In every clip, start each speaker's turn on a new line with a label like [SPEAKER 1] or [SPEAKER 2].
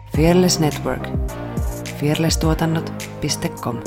[SPEAKER 1] Fearless Network. fearlesstuotannot.com.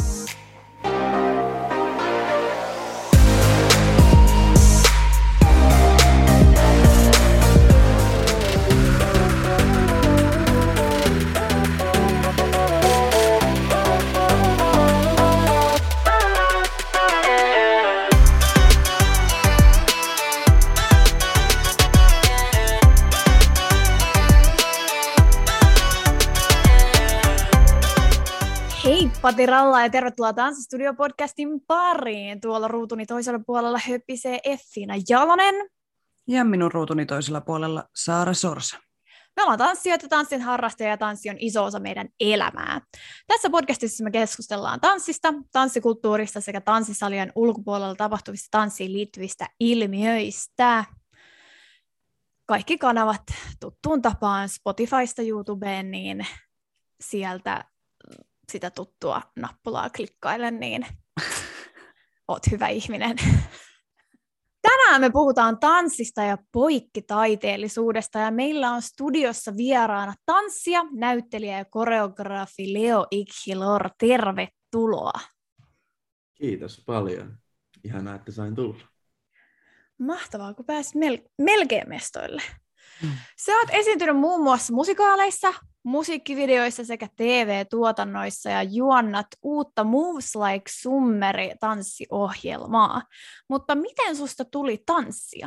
[SPEAKER 2] Patiralla ja tervetuloa Tanssistudio-podcastin pariin. Tuolla ruutuni toisella puolella höppisee Effiina Jalonen.
[SPEAKER 1] Ja minun ruutuni toisella puolella Saara Sorsa.
[SPEAKER 2] Me ollaan tanssijoita, tanssin harrastajia ja tanssi on iso osa meidän elämää. Tässä podcastissa me keskustellaan tanssista, tanssikulttuurista sekä tanssisalien ulkopuolella tapahtuvista tanssiin liittyvistä ilmiöistä. Kaikki kanavat tuttuun tapaan Spotifysta YouTubeen, niin sieltä sitä tuttua nappulaa klikkaile, niin oot hyvä ihminen. Tänään me puhutaan tanssista ja poikkitaiteellisuudesta, ja meillä on studiossa vieraana tanssija, näyttelijä ja koreografi Leo Ighilor. Tervetuloa.
[SPEAKER 3] Kiitos paljon. Ihanaa, että sain tulla.
[SPEAKER 2] Mahtavaa, kun pääsit melkein mestoille. Sä oot esiintynyt muun muassa musikaaleissa, musiikkivideoissa sekä TV-tuotannoissa ja juonnat uutta Moves Like Summeri-tanssiohjelmaa. Mutta miten susta tuli tanssia?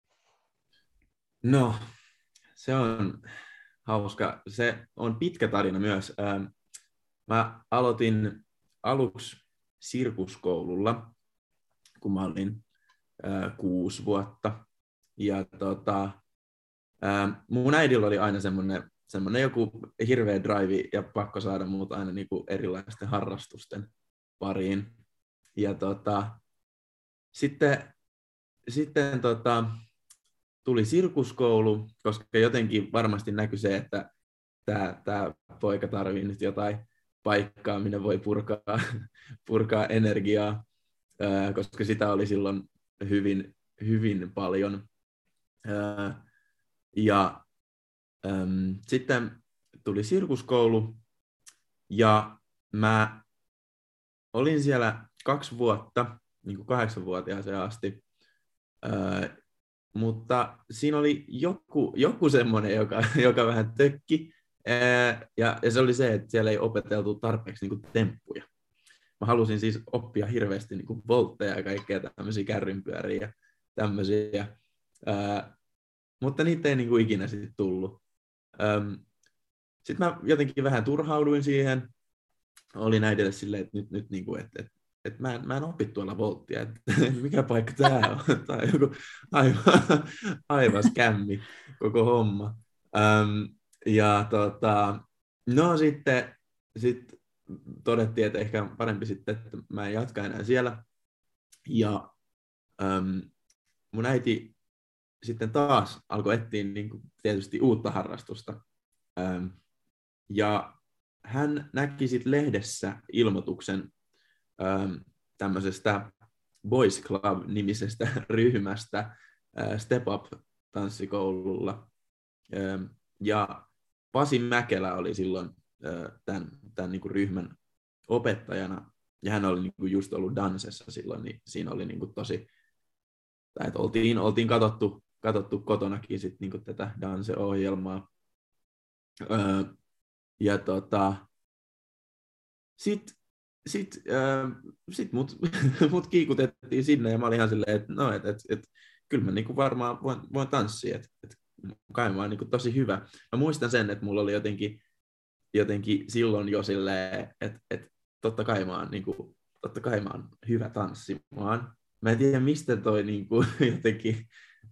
[SPEAKER 3] No, se on hauska. Se on pitkä tarina myös. Mä aloitin aluksi sirkuskoululla, kun mä olin 6 vuotta. Ja mun äidillä oli aina semmoinen joku hirveä drive ja pakko saada mut aina niinku erilaisten harrastusten pariin. Ja sitten tuli sirkuskoulu, koska jotenkin varmasti näkyi se, että tää poika tarvii nyt jotain paikkaa, minne voi purkaa energiaa, koska sitä oli silloin hyvin, hyvin paljon. Ja sitten tuli sirkuskoulu ja mä olin siellä 2 vuotta, niin kuin 8-vuotiaaseen asti, mutta siinä oli joku semmoinen, joka vähän tökki, ja se oli se, että siellä ei opeteltu tarpeeksi niin kuin temppuja. Mä halusin siis oppia hirveästi niin kuin voltteja ja kaikkea tämmöisiä kärrynpyöriä ja tämmöisiä, mutta niitä ei niin kuin ikinä sitten tullut. Sitten mä jotenkin vähän turhauduin siihen. Olin äidille silleen, että nyt niin kuin, että mä en opi tuolla volttia, että mikä paikka tää on. Tää on joku aivan skämmi koko homma. No sitten todettiin, että ehkä parempi sitten, että mä en jatka enää siellä. Ja mun äiti sitten taas alkoi etsiä niin kuin tietysti uutta harrastusta. Ja hän näki sitten lehdessä ilmoituksen tämmöisestä Boys Club-nimisestä ryhmästä Step Up-tanssikoululla. Ja Pasi Mäkelä oli silloin tämän niin kuin ryhmän opettajana. Ja hän oli niin kuin just ollut Dansessa silloin, niin siinä oli niin kuin tosi, että oltiin katsottu kotonakin sit niinku tätä Danse-ohjelmaa. Ja sit mut kiikutettiin sinne ja mä olin ihan silleen, että no, et kyllä mä niinku varmaan voin tanssia, että kai mä oon niinku tosi hyvä. Mä muistan sen, että mulla oli jotenkin silloin jo silleen, että totta kai mä oon hyvä tanssimaan. Mä en tiedä, mistä toi niinku jotenkin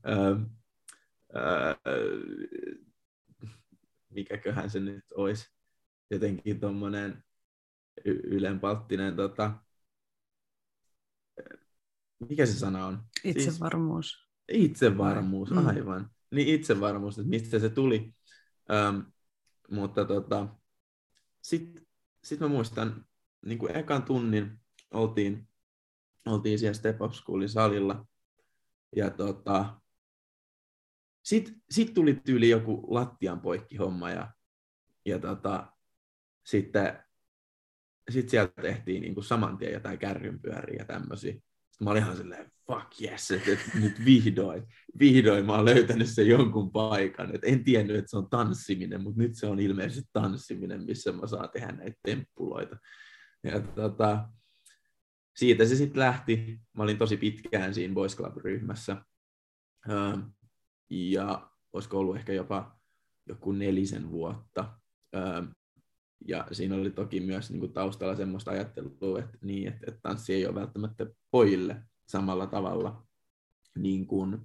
[SPEAKER 3] mikäköhän se nyt olisi, jotenkin tommonen ylenpalttinen, mikä se sana on?
[SPEAKER 1] Itsevarmuus.
[SPEAKER 3] Itsevarmuus, aivan. Niin itsevarmuus, että mistä se tuli. Mutta sit mä muistan, niin kuin ekan tunnin oltiin siellä Step Up Schoolin salilla, ja sit tuli tyyli joku lattian poikki homma, sitten sieltä tehtiin niin kuin saman tien jotain kärrynpyöriä ja tämmöisiä. Sitten mä olin ihan silleen, fuck yes, että nyt vihdoin mä oon löytänyt sen jonkun paikan. Et en tiennyt, että se on tanssiminen, mutta nyt se on ilmeisesti tanssiminen, missä mä saan tehdä näitä temppuloita. Ja siitä se sitten lähti. Mä olin tosi pitkään siinä Boys Club-ryhmässä. Ja olisiko ollut ehkä jopa joku 4 vuotta. Ja siinä oli toki myös niin kuin taustalla semmoista ajattelua, että tanssi ei ole välttämättä pojille samalla tavalla niin kuin,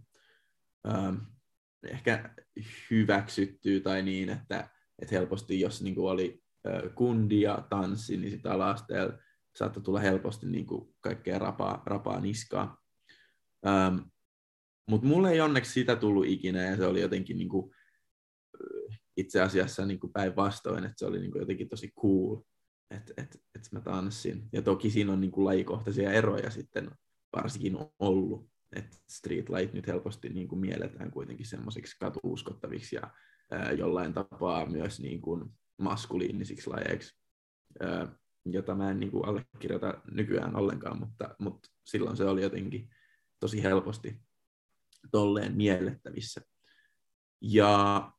[SPEAKER 3] ehkä hyväksyttyä tai niin, että helposti jos niin kuin oli kundi ja tanssi, niin sitä ala-asteella saattoi tulla helposti niin kuin kaikkea rapaa niskaa. Mutta mulle ei onneksi sitä tullut ikinä, ja se oli jotenkin niin kuin, itse asiassa niin kuin päinvastoin, että se oli niin kuin jotenkin tosi cool, että mä tanssin. Ja toki siinä on niin kuin lajikohtaisia eroja sitten varsinkin ollut, että street-lajit nyt helposti niin kuin mielletään kuitenkin semmoisiksi katuuskottaviksi ja jollain tapaa myös niin kuin maskuliinisiksi lajeiksi, jota mä en niin kuin allekirjoita nykyään ollenkaan, mutta silloin se oli jotenkin tosi helposti tolleen miellettävissä. Ja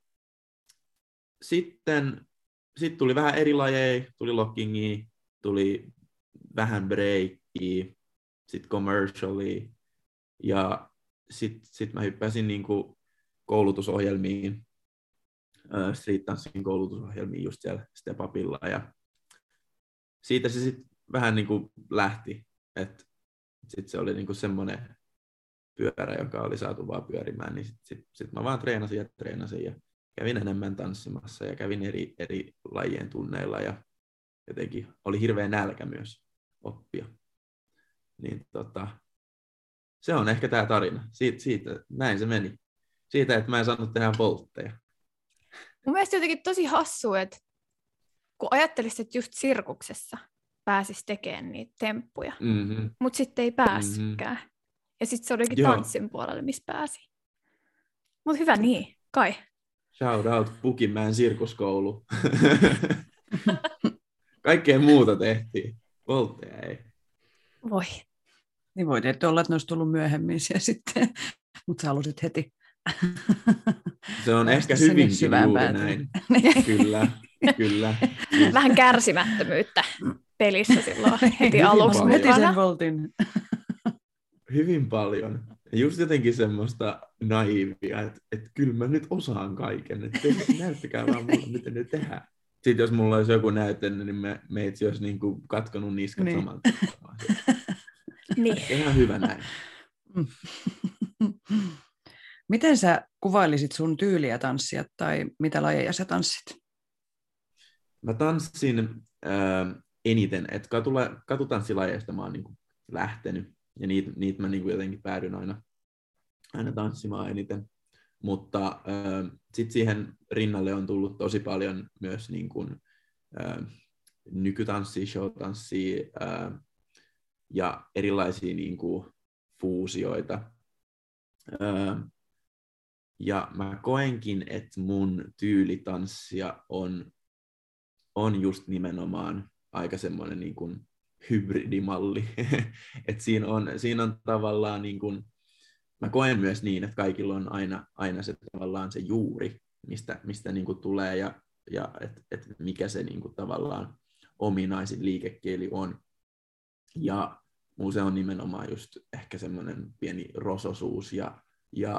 [SPEAKER 3] sitten tuli vähän eri lajeja, tuli lockingia, tuli vähän breakia, sitten commercialia, ja sitten mä hyppäsin niinku koulutusohjelmiin, street-tanssin koulutusohjelmiin just siellä Step Upilla, ja siitä se sitten vähän niinku lähti, että sitten se oli niinku semmoinen pyörä, joka oli saatu vaan pyörimään, niin sitten mä vaan treenasin ja kävin enemmän tanssimassa ja kävin eri lajien tunneilla ja jotenkin oli hirveä nälkä myös oppia. Niin se on ehkä tämä tarina. Siitä näin se meni. Siitä, että mä en saanut tehdä voltteja.
[SPEAKER 2] Mun mielestä jotenkin tosi hassu, että kun ajattelisit, että just sirkuksessa pääsisi tekemään niitä temppuja, mutta sitten ei päässytkään. Ja sitten se olikin tanssin puolelle, missä pääsi. Mutta hyvä niin, kai.
[SPEAKER 3] Shout out Pukinmäen sirkuskoulu. Kaikkea muuta tehtiin. Voltteja ei.
[SPEAKER 2] Voi.
[SPEAKER 1] Niin voi tietysti olla, että ne olisi tullut myöhemmin sitten, mutta sä halusit heti.
[SPEAKER 3] Se on ehkä hyvinkin juuri näin. Kyllä.
[SPEAKER 2] Vähän kärsimättömyyttä pelissä silloin heti aluksi.
[SPEAKER 1] Heti sen voltin.
[SPEAKER 3] Hyvin paljon. Ja just jotenkin semmoista naiivia, että kyllä mä nyt osaan kaiken, että näyttäkää vaan mulle, miten ne tehdään. Sitten jos mulla olisi joku näytellyt, niin meitsi olisi niin kuin katkonut niskat niin. Saman tapaan.
[SPEAKER 2] Niin.
[SPEAKER 3] Ihan hyvä näin.
[SPEAKER 1] Miten sä kuvailisit sun tyyliä tanssia tai mitä lajeja sä tanssit?
[SPEAKER 3] Mä tanssin eniten, että katutanssilajeista mä oon niin kuin lähtenyt. Ja niitä mä niin kuin jotenkin päädyin aina tanssimaan eniten. Mutta sitten siihen rinnalle on tullut tosi paljon myös niin kuin, nykytanssia, showtanssia ja erilaisia niin kuin fuusioita. Ja mä koenkin, että mun tyylitanssia on just nimenomaan aika semmoinen niin kuin hybridimalli. että siinä on tavallaan niin kuin, mä koen myös niin, että kaikilla on aina se tavallaan se juuri, mistä niin kuin tulee ja et mikä se niin kuin tavallaan ominaisin liikekieli on. Ja mun se on nimenomaan just ehkä semmoinen pieni rososuus ja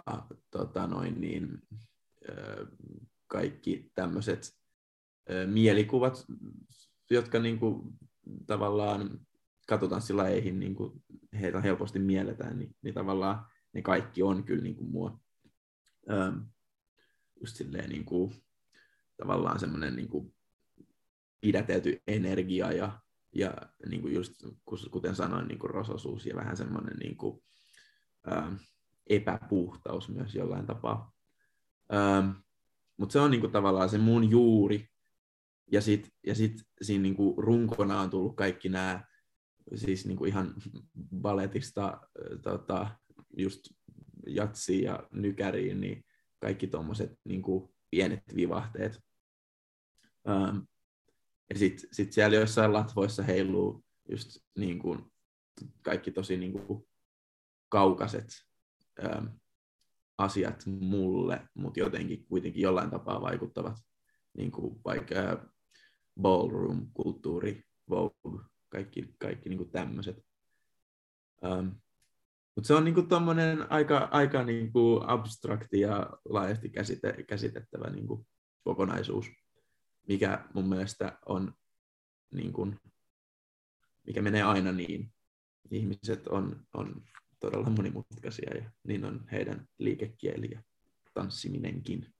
[SPEAKER 3] kaikki tämmöiset mielikuvat, jotka niin kuin tavallaan katutanssileihin niin kuin heitä helposti mielletään, niin tavallaan ne kaikki on kyllä niin kuin mua just silleen niin kuin, tavallaan semmoinen niin kuin pidätelty energia ja niin kuin just kuten sanoin, niin kuin rososuus ja vähän semmoinen niin kuin, epäpuhtaus myös jollain tapaa. Mutta se on niin kuin tavallaan se mun juuri. Ja sit siinä niinku runkona on tullut kaikki nämä, siis niinku ihan balletista just jatsiin ja nykäriin, niin kaikki tommoset niinku pienet vivahteet. Ja sit siellä jossain latvoissa heiluu just niin kuin kaikki tosi niin kuin kaukaiset asiat mulle, mutta jotenkin kuitenkin jollain tapaa vaikuttavat, niin kuin vaikka ballroom-kulttuuri, Vogue, kaikki niin kuin tämmöiset. Mutta se on niin kuin tommonen aika niin kuin abstrakti ja laajasti käsitettävä niin kuin kokonaisuus, mikä mun mielestä on, niin kuin, mikä menee aina niin. Ihmiset on todella monimutkaisia ja niin on heidän liikekieli ja tanssiminenkin.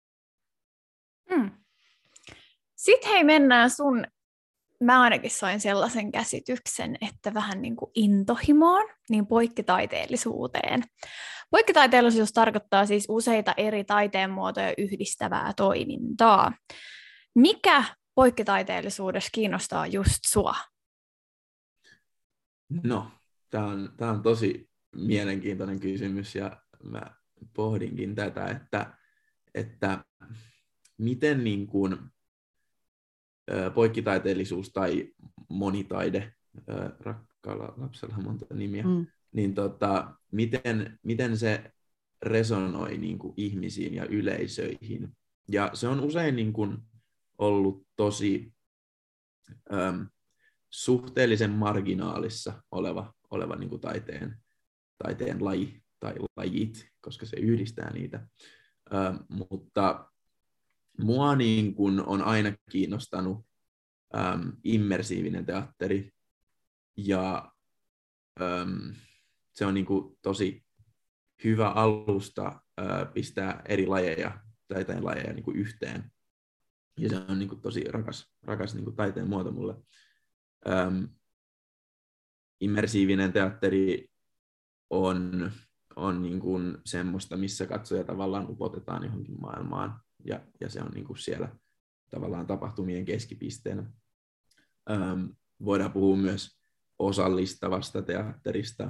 [SPEAKER 2] Sitten hei, mennään mä ainakin sain sellaisen käsityksen, että vähän niin kuin intohimoon, niin poikkitaiteellisuuteen. Poikkitaiteellisuus tarkoittaa siis useita eri taiteen muotoja yhdistävää toimintaa. Mikä poikkitaiteellisuudessa kiinnostaa just sua?
[SPEAKER 3] No, tämä on tosi mielenkiintoinen kysymys ja mä pohdinkin tätä, että miten niin kuin poikkitaiteellisuus tai monitaide, rakkaalla lapsella on monta nimiä, niin miten se resonoi niin kuin ihmisiin ja yleisöihin. Ja se on usein niin kuin ollut tosi suhteellisen marginaalissa oleva niin kuin taiteen laji tai lajit, koska se yhdistää niitä. Mutta mua niin kuin on aina kiinnostanut immersiivinen teatteri ja se on niin kuin tosi hyvä alusta pistää eri taiteen lajeja niin kuin yhteen. Ja se on niin kuin tosi rakas niin kuin taiteen muoto mulle. Immersiivinen teatteri on niin kuin semmoista, missä katsoja tavallaan upotetaan johonkin maailmaan. Ja se on niin kuin siellä tavallaan tapahtumien keskipisteenä. Voidaan puhua myös osallistavasta teatterista,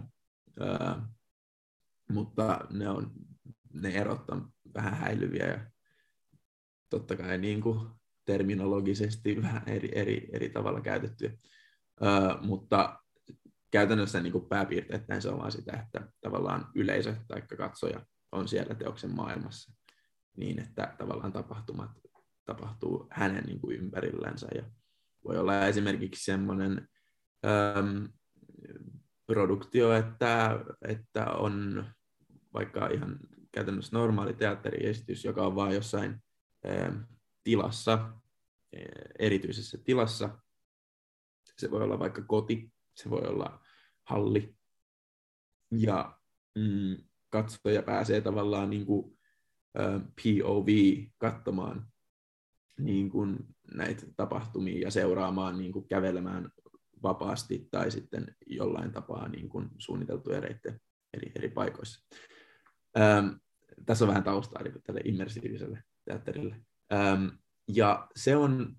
[SPEAKER 3] mutta ne erot on vähän häilyviä ja totta kai niin kuin terminologisesti vähän eri tavalla käytettyjä. Mutta käytännössä niin kuin pääpiirteittäin se on vaan sitä, että tavallaan yleisö tai katsoja on siellä teoksen maailmassa niin, että tavallaan tapahtumat tapahtuu hänen niin kuin ympärillänsä. Ja voi olla esimerkiksi semmoinen produktio, että on vaikka ihan käytännössä normaali teatteriesitys, joka on vaan jossain tilassa, erityisessä tilassa. Se voi olla vaikka koti, se voi olla halli. Ja katsoja pääsee tavallaan niin kuin POV katsomaan niin kuin näitä tapahtumia ja seuraamaan, niin kuin kävelemään vapaasti tai sitten jollain tapaa niin kuin suunniteltuja reittejä eri paikoissa. Tässä on vähän taustaa niin tälle immersiiviselle teatterille. Ja se on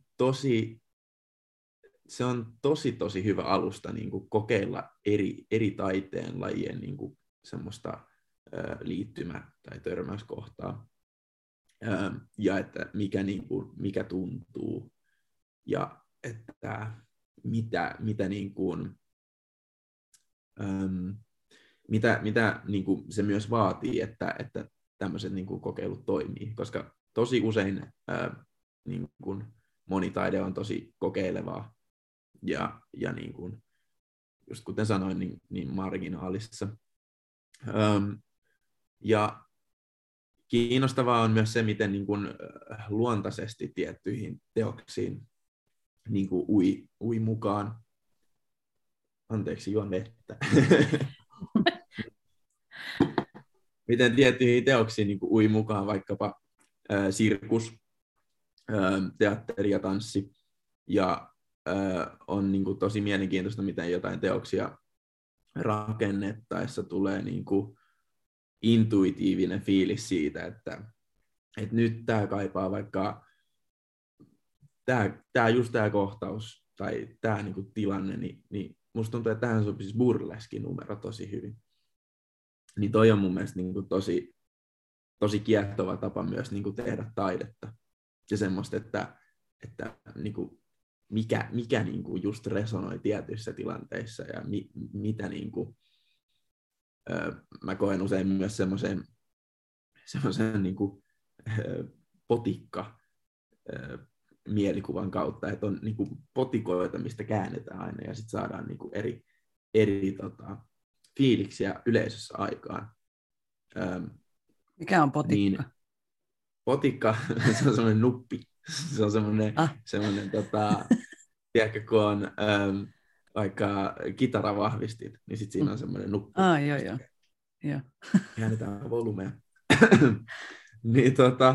[SPEAKER 3] tosi hyvä alusta niin kuin kokeilla eri taiteen lajien niin kuin semmoista liittymä- tai törmäyskohtaa. Ja että mikä tuntuu ja että mitä niin kuin, mitä niin kuin se myös vaatii, että tämmöiset niin kuin kokeilut toimii, koska tosi usein niin kuin monitaide on tosi kokeilevaa ja niin kuin, just kuten sanoin, niin marginaalissa. Ja kiinnostavaa on myös se, miten niin kuin luontaisesti tiettyihin teoksiin niin kuin ui mukaan. Anteeksi, juon vettä. Miten tiettyihin teoksiin niin kuin ui mukaan vaikkapa sirkus, teatteri ja tanssi. Ja on niin kuin tosi mielenkiintoista, miten jotain teoksia rakennettaessa tulee niin kuin intuitiivinen fiilis siitä, että nyt tämä kaipaa vaikka tämä kohtaus tai tämä niinku tilanne, niin musta tuntuu, että tähän sopisi burleski numero tosi hyvin. Niin toi on mun mielestä niinku tosi kiehtova tapa myös niinku tehdä taidetta. Ja semmoista, että että niin kuin, mikä niin kuin just resonoi tietyissä tilanteissa ja mitä niin kuin, mä koen usein myös semmoisen niin kuin, potikka mielikuvan kautta, että on niin kuin potikoita, mistä käännetään aina ja sitten saadaan niin kuin eri fiiliksiä yleisössä aikaan.
[SPEAKER 1] Mikä on potikka?
[SPEAKER 3] Niin, potikka, se on semmoinen nuppi. Se on semmoinen tiedätkö, kun on vaikka kitaravahvistit, niin sitten siinä on semmoinen nuppi.
[SPEAKER 1] Joo.
[SPEAKER 3] Käännetään volumea. Niin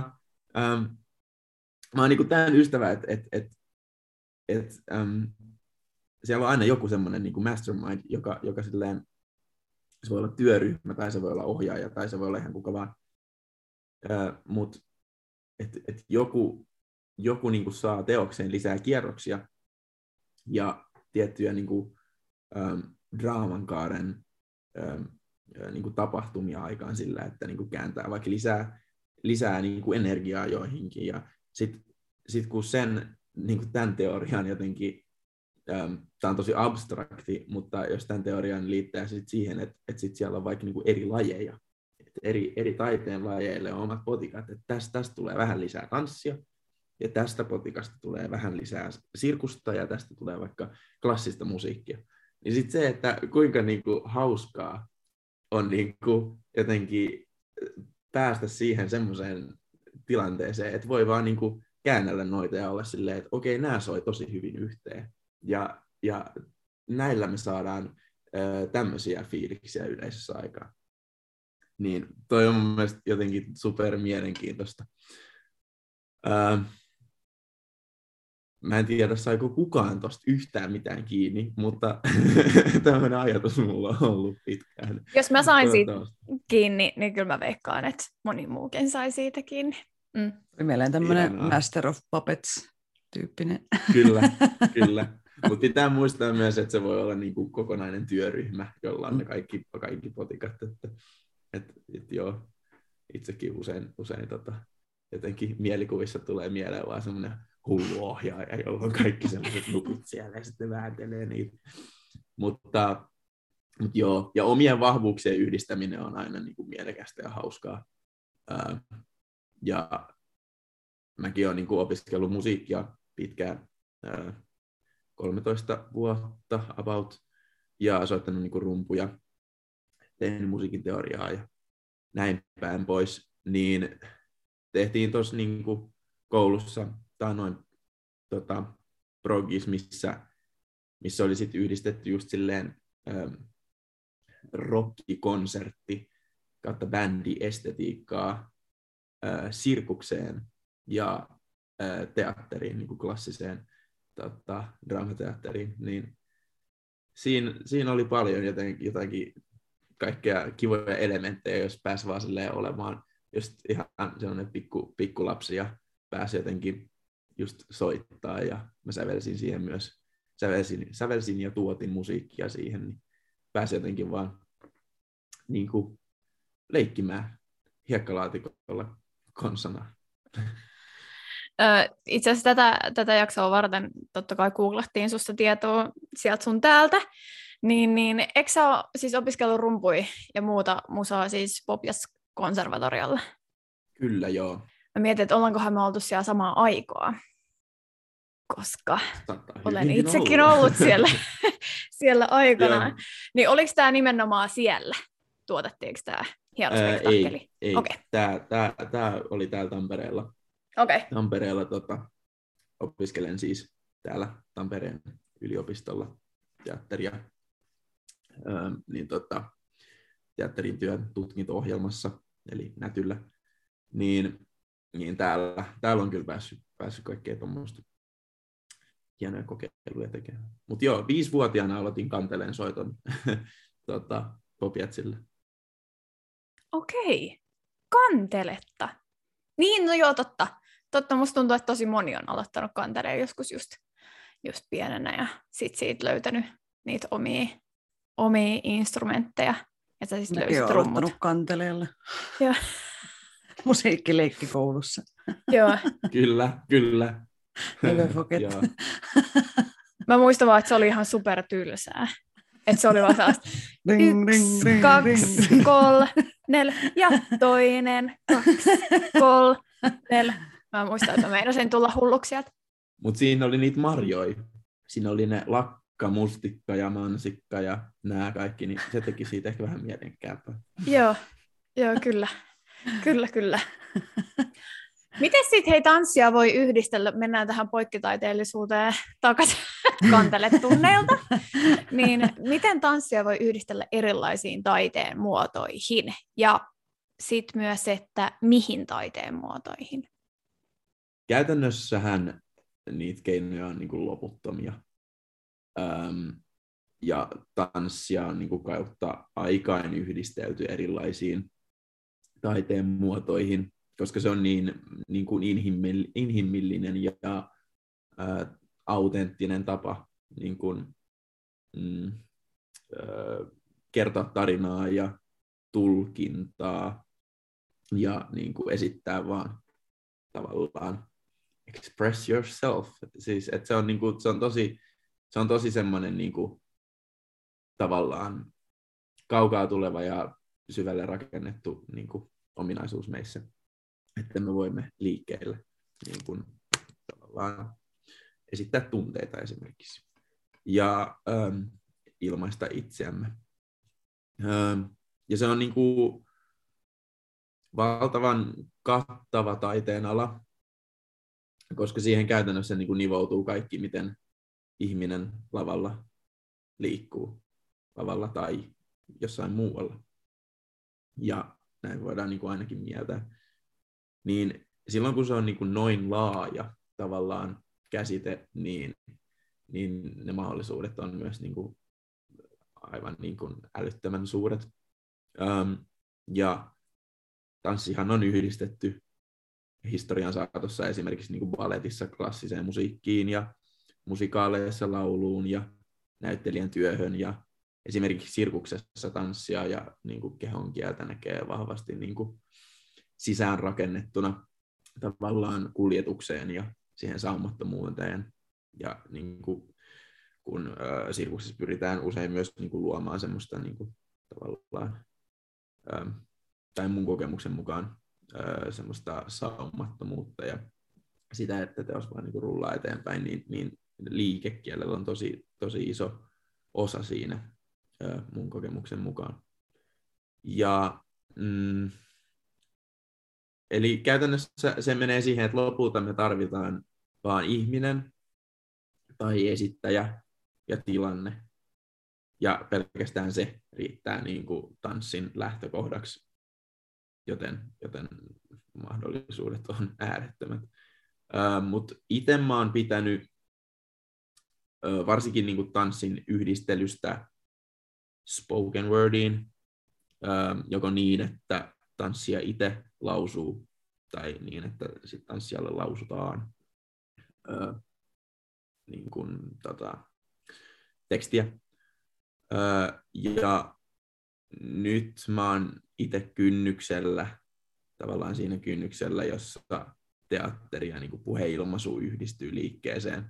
[SPEAKER 3] mä oon niinku tämän ystävä, että siellä on aina joku semmoinen niinku mastermind, joka silleen, se voi olla työryhmä, tai se voi olla ohjaaja, tai se voi olla ihan kuka vaan. Mutta et joku niinku saa teokseen lisää kierroksia ja tiettyjä niinku, draamankaaren niinku tapahtumia aikaan sillä, että niinku kääntää vaikka lisää niinku energiaa joihinkin. Ja sit kun niinku tämän teorian jotenkin, tämä on tosi abstrakti, mutta jos tämän teorian liittää sit siihen, että sit siellä on vaikka niinku eri lajeja, että eri taiteen lajeille on omat potikat, että tästä tulee vähän lisää tanssia, ja tästä potikasta tulee vähän lisää sirkusta, ja tästä tulee vaikka klassista musiikkia. Niin sitten se, että kuinka niinku hauskaa on niinku jotenkin päästä siihen semmoiseen tilanteeseen, että voi vaan niinku käännellä noita ja olla silleen, että okei, nämä soi tosi hyvin yhteen. Ja näillä me saadaan tämmöisiä fiiliksiä yleisössä aikaan. Niin toi on mun mielestä jotenkin super mielenkiintoista. Mä en tiedä, saiko kukaan tosta yhtään mitään kiinni, mutta tämmöinen ajatus mulla on ollut pitkään.
[SPEAKER 2] Jos mä sain siitä kiinni, niin kyllä mä veikkaan, että moni muukin sai siitä kiinni.
[SPEAKER 1] Mieleen tämmöinen Master of Puppets-tyyppinen.
[SPEAKER 3] Kyllä. Mutta pitää muistaa myös, että se voi olla niinku kokonainen työryhmä, jolla on ne kaikki potikat. Että joo, itsekin usein jotenkin mielikuvissa tulee mieleen vaan semmoinen hullu ohjaaja, jolla on kaikki sellaiset nupit siellä ja sitten vääntelee niitä. Mutta joo, ja omien vahvuuksien yhdistäminen on aina niinku mielekästä ja hauskaa. Ja mäkin olen niinku opiskellut musiikkia pitkään, 13 vuotta about, ja soittanut niinku rumpuja, tein musiikin teoriaa ja näin päin pois, niin tehtiin tuossa niinku koulussa noin progis, missä oli sit yhdistetty just silleen rockikonsertti kautta bändiestetiikkaa sirkukseen ja teatteriin, niin kuin klassiseen draamateatteriin, niin siinä oli paljon jotakin kaikkea kivoja elementtejä, jos pääsi vaan silleen olemaan just ihan sellainen pikkulapsi ja pääsi jotenkin just soittaa, ja mä sävelsin siihen myös, sävelsin ja tuotin musiikkia siihen, niin pääsi jotenkin vaan niin kuin leikkimään hiekkalaatikolla konsana.
[SPEAKER 2] Itse asiassa tätä jaksoa varten totta kai googlattiin susta tietoa sieltä sun täältä, niin eikö sä ole siis opiskellut rumpui ja muuta musaa siis Pop-Jazz-konservatorialla?
[SPEAKER 3] Kyllä, joo.
[SPEAKER 2] Mä mietin, että ollaankohan me oltu siellä samaa aikaa, koska olen itsekin ollut siellä aikana. Niin oliko tämä nimenomaan siellä? Tuotettiinko tämä hierospektaakkeli?
[SPEAKER 3] Ei.
[SPEAKER 2] Okay.
[SPEAKER 3] Tämä oli täällä Tampereella.
[SPEAKER 2] Okay.
[SPEAKER 3] Tampereella opiskelen siis täällä Tampereen yliopistolla teatteria, niin teatterin työn tutkinto-ohjelmassa, eli Nätyllä. Niin täällä on kyllä päässyt kaikkea tuommoista hienoja kokeiluja tekemään. Mutta joo, 5-vuotiaana aloitin kanteleen soiton Pop-Jazzille.
[SPEAKER 2] Okei, kanteletta. Niin, no joo, totta. Musta tuntuu, että tosi moni on aloittanut kanteleen joskus just pienenä ja sit siitä löytänyt niitä omia instrumentteja. Ja sä siis löysit rummut.
[SPEAKER 1] Aloittanut kanteleella.
[SPEAKER 2] Joo.
[SPEAKER 1] Musiikkileikkikoulussa.
[SPEAKER 2] Joo.
[SPEAKER 3] Kyllä.
[SPEAKER 1] Never forget.
[SPEAKER 3] Joo.
[SPEAKER 2] Mä muistan vaan, että se oli ihan super tylsää. Että se oli vaan sellaista
[SPEAKER 1] Ding, ding,
[SPEAKER 2] 1,
[SPEAKER 1] ding,
[SPEAKER 2] 2,
[SPEAKER 1] ding.
[SPEAKER 2] 3, 4 ja toinen, 2, 3, 4. Mä muistan, että mä meinasin tulla hulluksi sieltä.
[SPEAKER 3] Mutta siinä oli niitä marjoja. Siinä oli ne lakka, mustikka ja mansikka ja nämä kaikki, niin se teki siitä ehkä vähän mielenkäämpää.
[SPEAKER 2] Joo, kyllä. Kyllä. Miten sitten hei tanssia voi yhdistellä, mennään tähän poikkitaiteellisuuteen takaisin kanteletunneilta, niin miten tanssia voi yhdistellä erilaisiin taiteen muotoihin ja sitten myös, että mihin taiteen muotoihin?
[SPEAKER 3] Käytännössähän niitä keinoja on niin kuin loputtomia. Ja tanssia on niin kuin kautta aikaan yhdistelty erilaisiin taiteen muotoihin, koska se on niin kuin inhimillinen ja autenttinen tapa niin kuin, kertoa tarinaa ja tulkintaa ja niin kuin esittää vaan tavallaan express yourself. Siis, että se on niin kuin, se on tosi semmoinen niin kuin, tavallaan kaukaa tuleva ja syvälle rakennettu niin kuin, ominaisuus meissä, että me voimme liikkeellä niin kuin, tavallaan esittää tunteita esimerkiksi ja ilmaista itseämme. Ja se on niin kuin, valtavan kattava taiteenala, koska siihen käytännössä niin kuin nivoutuu kaikki, miten ihminen lavalla liikkuu, lavalla tai jossain muualla. Ja näin voidaan niin kuin ainakin mieltää. Niin silloin kun se on niin kuin noin laaja tavallaan käsite, niin ne mahdollisuudet on myös niin kuin aivan niin kuin älyttömän suuret. Ja tanssihan on yhdistetty historian saatossa esimerkiksi niin kuin balletissa klassiseen musiikkiin ja musikaaleissa lauluun ja näyttelijän työhön ja esimerkiksi sirkuksessa tanssia ja niin kuin kehonkieltä näkee vahvasti niin kuin sisäänrakennettuna tavallaan kuljetukseen ja siihen saumattomuuteen ja niin kuin, kun sirkuksessa pyritään usein myös niin kuin luomaan semmoista niin kuin, tavallaan tai mun kokemuksen mukaan semmoista saumattomuutta ja sitä, että teos vaan niin kuin rullaa eteenpäin, niin liikekielellä on tosi iso osa siinä mun kokemuksen mukaan. Ja eli käytännössä se menee siihen, että lopulta me tarvitaan vaan ihminen tai esittäjä ja tilanne. Ja pelkästään se riittää niin kuin tanssin lähtökohdaksi, joten mahdollisuudet on äärettömät. Mutta itse mä oon pitänyt varsinkin niin kuin tanssin yhdistelystä spoken wordiin, joko niin, että tanssija itse lausuu, tai niin, että sit tanssijalle lausutaan niin kuin, tekstiä. Ja nyt mä oon itse kynnyksellä, tavallaan siinä kynnyksellä, jossa teatteri ja niin kuin puheilmaisu yhdistyy liikkeeseen.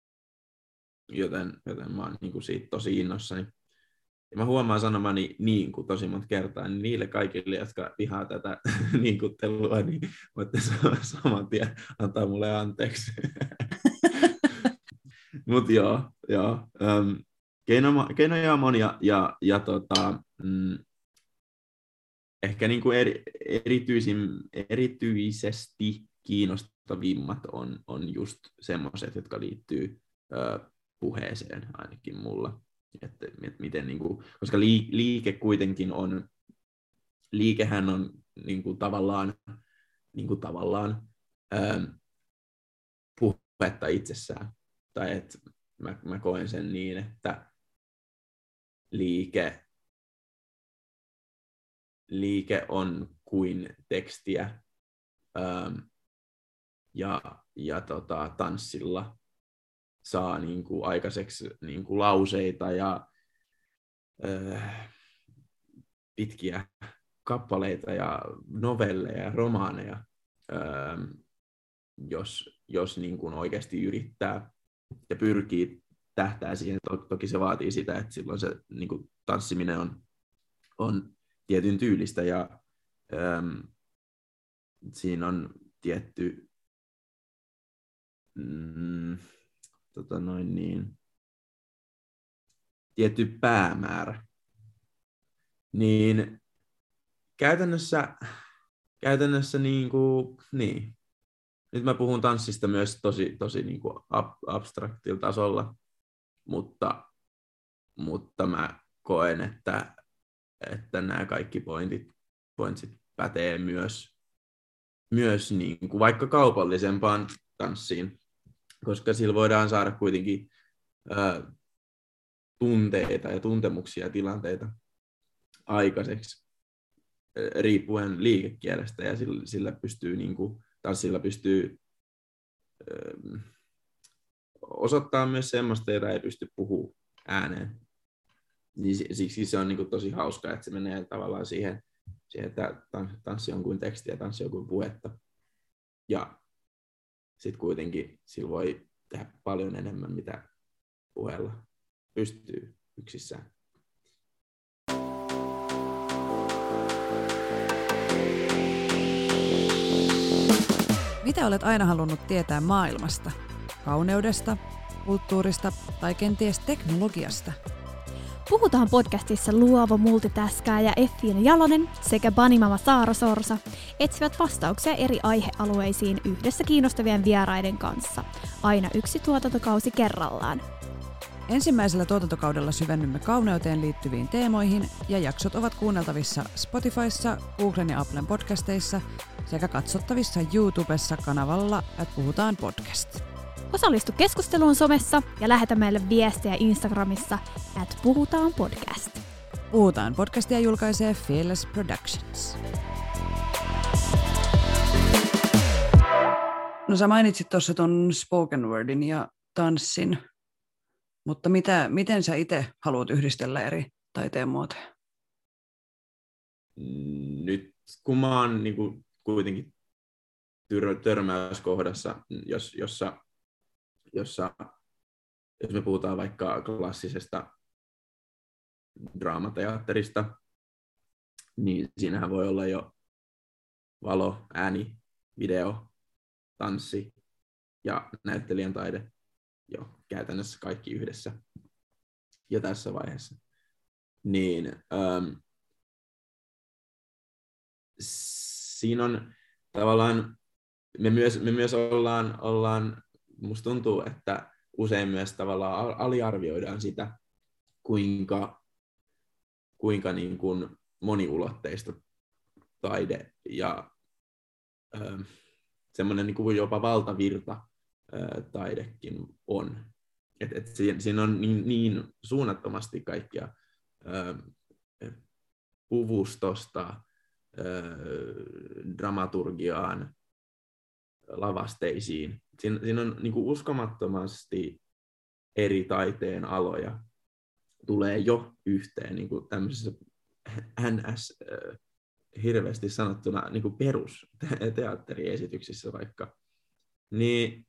[SPEAKER 3] Joten mä oon niin kuin siitä tosi innossani. Ja mä huomaan sanomani niin kuin tosi monta kertaa, niin niille kaikille, jotka vihaa tätä niinkuttelua, niin voitte saman tien antaa mulle anteeksi. Mut joo. Keinoja on monia ja ehkä niin kuin erityisesti kiinnostavimmat on just semmoiset, jotka liittyy puheeseen ainakin mulla. Että miten, niin kuin, koska liike kuitenkin on, liikehän on niin kuin tavallaan puhetta itsessään. Tai että mä koen sen niin, että liike on kuin tekstiä ja tanssilla saa niin kuin aikaiseksi niin kuin lauseita ja pitkiä kappaleita ja novelleja ja romaaneja, jos jos niin kuin oikeasti yrittää ja pyrkii tähtää siihen. Toki se vaatii sitä, että silloin se niin kuin tanssiminen on tietyn tyylistä ja siinä on tietty tietty päämäärä. Niin käytännössä niin. Nyt mä puhun tanssista myös tosi niin kuin abstraktilla tasolla, mutta mä koen, että nämä kaikki pointsit pätee myös niin kuin vaikka kaupallisempaan tanssiin, koska sillä voidaan saada kuitenkin tunteita ja tuntemuksia ja tilanteita aikaiseksi riippuen liikekielestä, ja sillä pystyy, niin kuin, tanssilla pystyy osoittaa myös semmoista, jota ei pysty puhumaan ääneen. Niin siksi se on niin kuin tosi hauskaa, että se menee tavallaan siihen, että tanssi on kuin tekstiä, tanssi on kuin puhetta. Ja sitten kuitenkin sillä voi tehdä paljon enemmän, mitä puheella pystyy yksissään.
[SPEAKER 1] Mitä olet aina halunnut tietää maailmasta? Kauneudesta, kulttuurista tai kenties teknologiasta?
[SPEAKER 2] Puhutaan podcastissa luova multitaskaaja Effiina Jalonen sekä Banimama Saara Sorsa etsivät vastauksia eri aihealueisiin yhdessä kiinnostavien vieraiden kanssa, aina yksi tuotantokausi kerrallaan.
[SPEAKER 1] Ensimmäisellä tuotantokaudella syvennymme kauneuteen liittyviin teemoihin ja jaksot ovat kuunneltavissa Spotifyssa, Googlen ja Applen podcasteissa sekä katsottavissa YouTubessa kanavalla @puhutaan podcast.
[SPEAKER 2] Osallistu keskusteluun somessa ja lähetä meille viestejä Instagramissa @puhutaanpodcast.
[SPEAKER 1] Puhutaan podcastia julkaisee Fearless Productions. No sä mainitsit tuossa ton spoken wordin ja tanssin, mutta miten sä itse haluat yhdistellä eri taiteen muotoja?
[SPEAKER 3] Nyt kun mä oon niin kuin kuitenkin törmäyskohdassa, jos me puhutaan vaikka klassisesta draamateatterista, niin siinähän voi olla jo valo, ääni, video, tanssi ja näyttelijän taide jo käytännössä kaikki yhdessä jo tässä vaiheessa. Niin siinä on tavallaan, me myös ollaan musta tuntuu, että usein myös tavallaan aliarvioidaan sitä, kuinka niin kuin moniulotteista taide ja semmoinen niin kuin jopa valtavirta taidekin on. Et siinä on niin suunnattomasti kaikkia puvustosta dramaturgiaan, lavasteisiin. Siinä on niin kuin uskomattomasti eri taiteen aloja tulee jo yhteen niin kuin tämmöisessä NS hirveästi sanottuna niin kuin perusteatteriesityksissä vaikka. Niin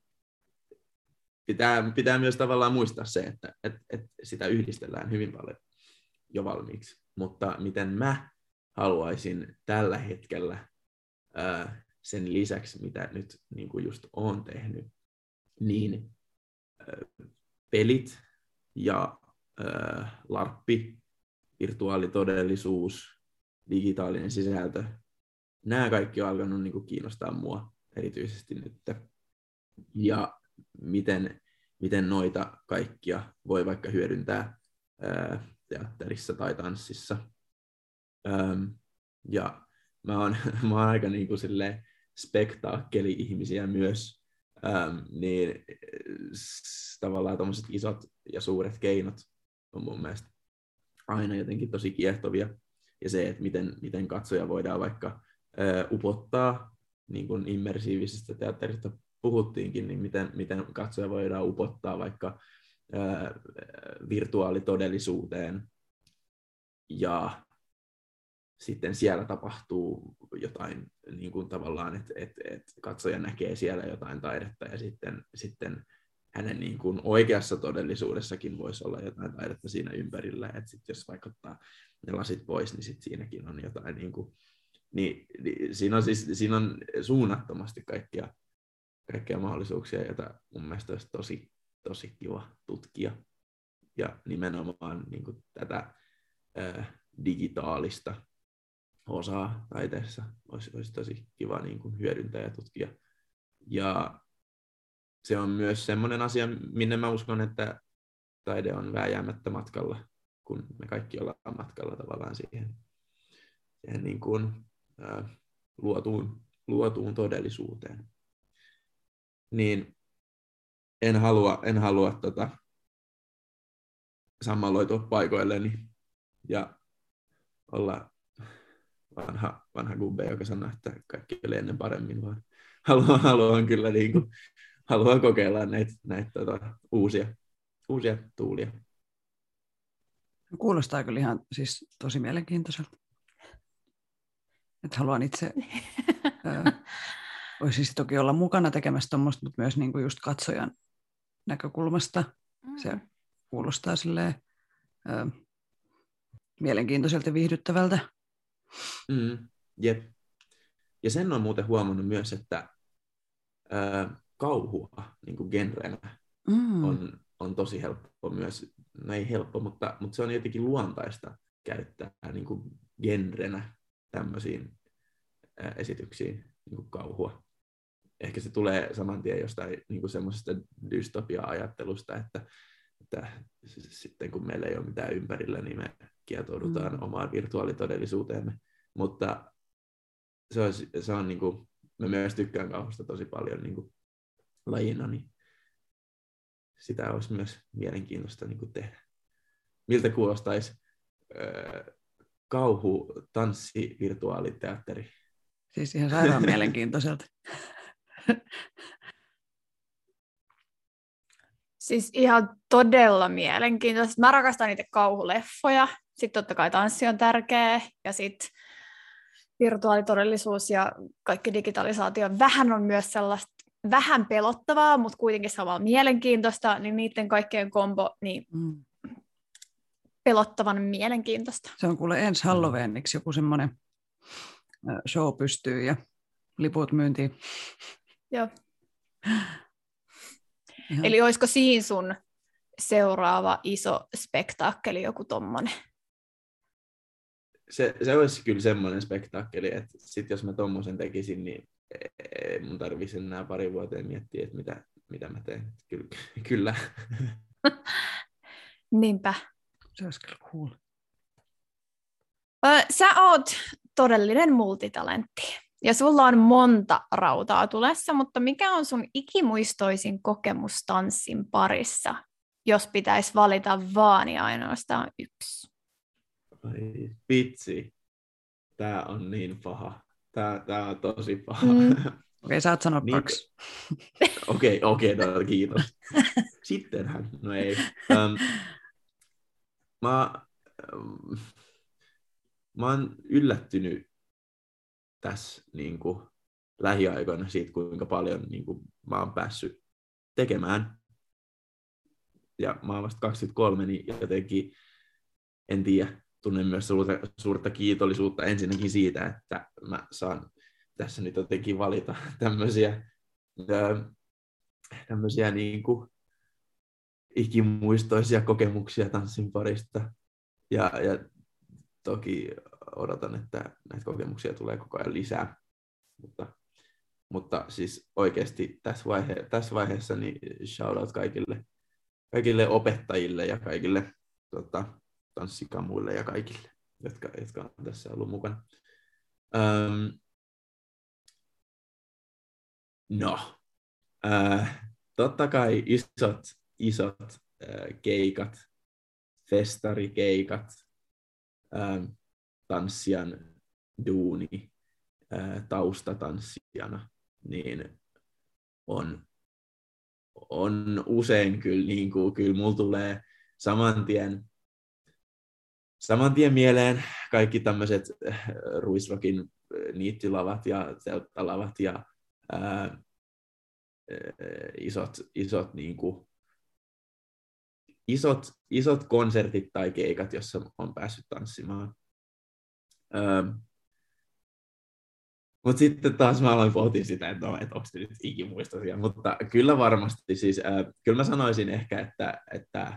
[SPEAKER 3] pitää myös tavallaan muistaa se, että sitä yhdistellään hyvin paljon jo valmiiksi. Mutta miten mä haluaisin tällä hetkellä sen lisäksi, mitä nyt niin kuin just olen tehnyt, niin pelit ja larppi, virtuaalitodellisuus, digitaalinen sisältö, nämä kaikki on alkanut niin kuin kiinnostaa mua erityisesti nyt. Ja miten noita kaikkia voi vaikka hyödyntää teatterissa tai tanssissa. Ja mä oon aika niin kuin silleen spektaakkeli-ihmisiä myös, niin tavallaan tommoset isot ja suuret keinot on mun mielestä aina jotenkin tosi kiehtovia. Ja se, että miten katsoja voidaan vaikka upottaa, niin kuin immersiivisestä teatterista puhuttiinkin, niin miten katsoja voidaan upottaa vaikka virtuaalitodellisuuteen ja sitten siellä tapahtuu jotain niin kuin tavallaan, että katsoja näkee siellä jotain taidetta ja sitten hänen niin kuin oikeassa todellisuudessakin voisi olla jotain taidetta siinä ympärillä, että sitten jos vaikka ottaa ne lasit pois, niin sitten siinäkin on jotain niin siinä on suunnattomasti kaikkia mahdollisuuksia, joita mun mielestä olisi tosi kiva tutkia. Ja nimenomaan niin kuin tätä digitaalista osaa taiteessa olisi tosi kiva niin kuin hyödyntää ja tutkia. Ja se on myös semmoinen asia, minne mä uskon, että taide on vääjäämättä matkalla, kun me kaikki ollaan matkalla tavallaan siihen niin kuin, luotuun todellisuuteen. Niin en halua sammaloitua paikoilleni ja olla vanha gubbe, joka sanoo, että kaikki oli ennen paremmin, vaan haluan kyllä haluan kokeilla näitä uusia tuulia.
[SPEAKER 1] Kuulostaa kyllä ihan siis tosi mielenkiintoiselta. Että haluan itse, voisi siis toki olla mukana tekemässä tuommoista, mutta myös niin kuin just katsojan näkökulmasta. Se kuulostaa silleen mielenkiintoiselta ja viihdyttävältä.
[SPEAKER 3] Jep. Ja sen on muuten huomannut myös, että kauhua niin kuin genrenä on tosi helppo myös. No ei helppo, mutta se on jotenkin luontaista käyttää niin kuin genrenä tämmöisiin esityksiin niin kuin kauhua. Ehkä se tulee saman tien jostain niin kuin semmoisesta dystopia-ajattelusta, että sitten kun meillä ei ole mitään ympärillä, niin me kietoudutaan omaan virtuaalitodellisuuteemme. Mutta se on niin kuin, mä myös tykkään kauhusta tosi paljon niin kuin lajina, niin sitä olisi myös mielenkiintoista niin kuin tehdä. Miltä kuulostaisi kauhu, tanssi, virtuaaliteatteri?
[SPEAKER 1] Siis ihan sairaan mielenkiintoiselta.
[SPEAKER 2] Siis ihan todella mielenkiintoista. Mä rakastan niitä kauhuleffoja. Sitten totta kai tanssi on tärkeä. Ja sitten virtuaalitodellisuus ja kaikki digitalisaatio. Vähän on myös sellaista vähän pelottavaa, mutta kuitenkin samalla mielenkiintoista. Niin niiden kaikkien kombo, niin pelottavan mielenkiintoista.
[SPEAKER 1] Se on kuule ensi Halloweeniksi joku semmoinen show pystyy ja liput myyntiin.
[SPEAKER 2] Joo. Eli olisiko siinä sun seuraava iso spektaakkeli joku tommonen?
[SPEAKER 3] Se olisi kyllä semmoinen spektaakkeli, että sit jos mä tommosen tekisin, niin ei mun tarvitsisi enää pari vuoteen miettiä, että mitä mä teen. Kyllä.
[SPEAKER 2] Niinpä.
[SPEAKER 1] Se olisi kyllä cool.
[SPEAKER 2] Sä oot todellinen multitalentti. Ja sulla on monta rautaa tulessa, mutta mikä on sun ikimuistoisin kokemus tanssin parissa, jos pitäisi valita vaan ja ainoastaan yksi?
[SPEAKER 3] Ai vitsi. Tää on niin paha. Tää on tosi paha.
[SPEAKER 1] Okei, saat sanoa 2.
[SPEAKER 3] Okei, no kiitos. Sittenhän, no ei. Mä oon yllättynyt tässä niin kuin lähiaikoina siitä, kuinka paljon niin kuin mä oon päässyt tekemään. Ja mä oon vasta 23, niin jotenkin, en tiedä, tunnen myös suurta kiitollisuutta ensinnäkin siitä, että mä saan tässä nyt jotenkin valita tämmöisiä niin kuin ikimuistoisia kokemuksia tanssin parista. Ja toki odotan, että näitä kokemuksia tulee koko ajan lisää. Mutta siis oikeasti tässä vaiheessa niin shoutout kaikille opettajille ja kaikille tanssikamuille ja kaikille, jotka on tässä ollut mukana. Totta kai isot keikat, festarikeikat, tanssijan duuni taustatanssijana, niin on usein kyllä, niin kuin, kyllä mulla tulee saman tien saman tien mieleen kaikki tämmöiset ruisrokin niittylavat ja telttalavat ja isot niinku isot konsertit tai keikat, jossa on päässyt tanssimaan. Mutta sitten taas mä aloin pohtia sitä, että onko se nyt ikimuistoisia, mutta kyllä varmasti siis, kyllä mä sanoisin ehkä, että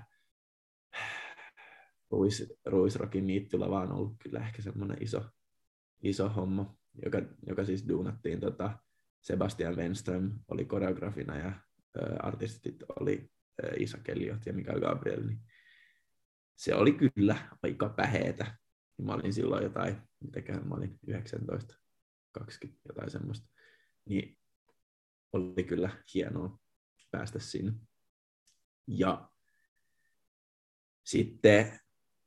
[SPEAKER 3] ruisrokin niittylava on ollut kyllä ehkä semmoinen iso homma, joka siis duunattiin. Sebastian Wenström oli koreografina ja artistit oli Isa Kelliot ja Mikael Gabriel. Niin se oli kyllä aika päheetä. Mä olin silloin jotain, mä olin 19, 20, jotain semmoista. Niin oli kyllä hienoa päästä sinne. Ja sitten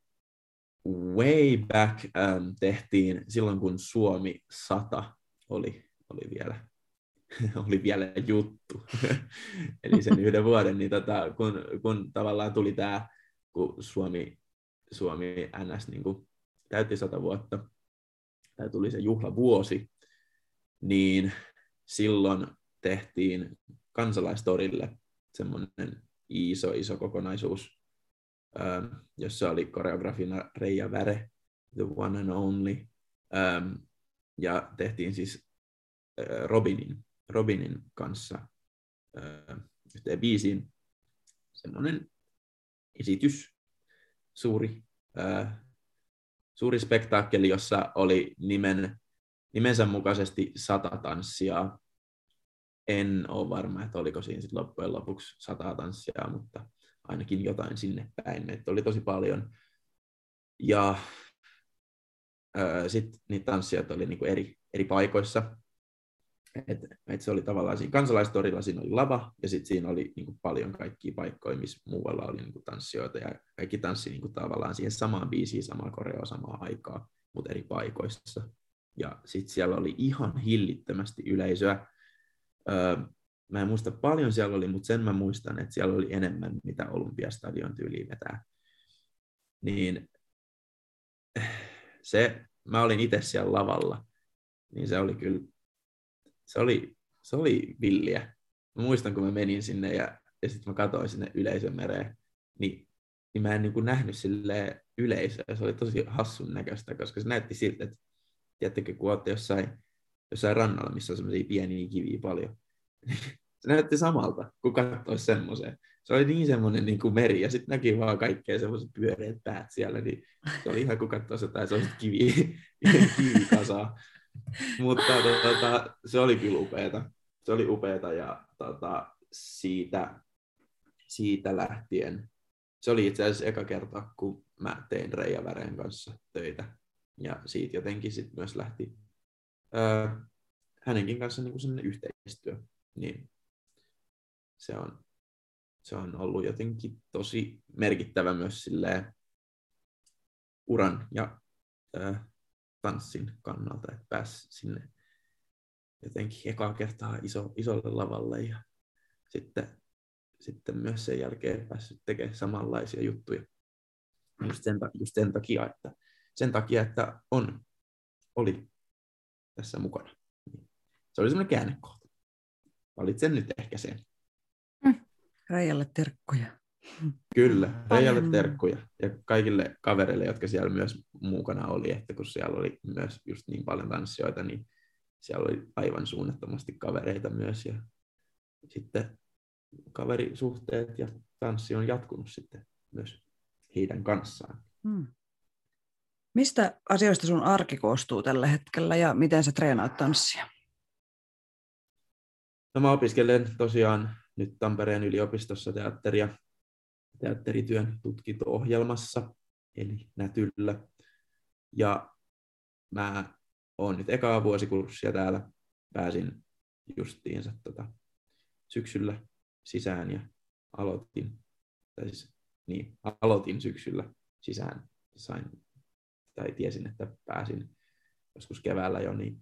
[SPEAKER 3] way back tehtiin silloin, kun Suomi 100 oli vielä juttu. Eli sen yhden vuoden, niin kun tavallaan tuli tämä, kun Suomi NS niin kun täytti 100 vuotta, tai tuli se juhlavuosi, niin silloin tehtiin Kansalaistorille semmoinen iso kokonaisuus, jossa oli koreografina Reija Väre, the one and only, ja tehtiin siis Robinin kanssa yhteen biisiin semmoinen esitys, suuri spektaakkeli, jossa oli nimensä mukaisesti 100 tanssia. En ole varma, että oliko siinä sit loppujen lopuksi 100 tanssia, mutta ainakin jotain sinne päin. Meitä oli tosi paljon. Ja sitten niitä tanssijat oli niinku eri paikoissa. Et se oli tavallaan siinä Kansalaistorilla, siinä oli lava, ja sitten siinä oli niinku paljon kaikkia paikkoja, missä muualla oli niinku tanssijoita, ja kaikki tanssi niinku tavallaan siihen samaan biisiin, samaan koreoon, samaan aikaan, mutta eri paikoissa. Ja sitten siellä oli ihan hillittömästi yleisöä. Mä en muista paljon siellä oli, mutta sen mä muistan, että siellä oli enemmän, mitä Olympiastadion tyyliin vetää. Niin mä olin itse siellä lavalla, niin se oli kyllä, se oli villiä. Mä muistan, kun mä menin sinne ja sitten mä katsoin sinne yleisön mereen, niin mä en niin kuin nähnyt silleen yleisöä. Se oli tosi hassun näköistä, koska se näytti siltä, että tiedättekö, kun olette jossain rannalla, missä on semmoisia pieniä kiviä paljon. Se näytti samalta, kun katsoisi semmoiseen. Se oli niin semmoinen niin kuin meri, ja sitten näki vaan kaikkea semmoiset pyöreät päät siellä, niin se oli ihan kuin katsoisi jotain semmoiset kivikasaa. Mutta se oli kyllä upeata. Se oli upeata, ja siitä lähtien, se oli itse asiassa eka kerta, kun mä tein Reija Vären kanssa töitä, ja siitä jotenkin sitten myös lähti hänenkin kanssa niin kuin semmoinen yhteistyö, niin se on ollut jotenkin tosi merkittävä myös silleen uran ja tanssin kannalta, että pääsi sinne jotenkin ekaa kertaa isolle lavalle ja sitten myös sen jälkeen päässyt tekemään samanlaisia juttuja just sen takia, että oli tässä mukana. Se oli semmoinen käännekohta. Valitsen nyt ehkä sen.
[SPEAKER 1] Reijalle terkkuja.
[SPEAKER 3] Kyllä, Reijalle terkkuja. Ja kaikille kavereille, jotka siellä myös mukana oli, että kun siellä oli myös just niin paljon tanssijoita, niin siellä oli aivan suunnattomasti kavereita myös. Ja sitten kaverisuhteet ja tanssi on jatkunut sitten myös heidän kanssaan.
[SPEAKER 1] Mistä asioista sun arki koostuu tällä hetkellä ja miten sä treenaat tanssia?
[SPEAKER 3] No mä opiskelen tosiaan nyt Tampereen yliopistossa teatterityön tutkinto-ohjelmassa, eli Nätyllä. Ja mä oon nyt ekaa vuosikurssia täällä. Pääsin justiinsa syksyllä sisään ja aloitin syksyllä sisään. Tiesin, että pääsin joskus keväällä jo, niin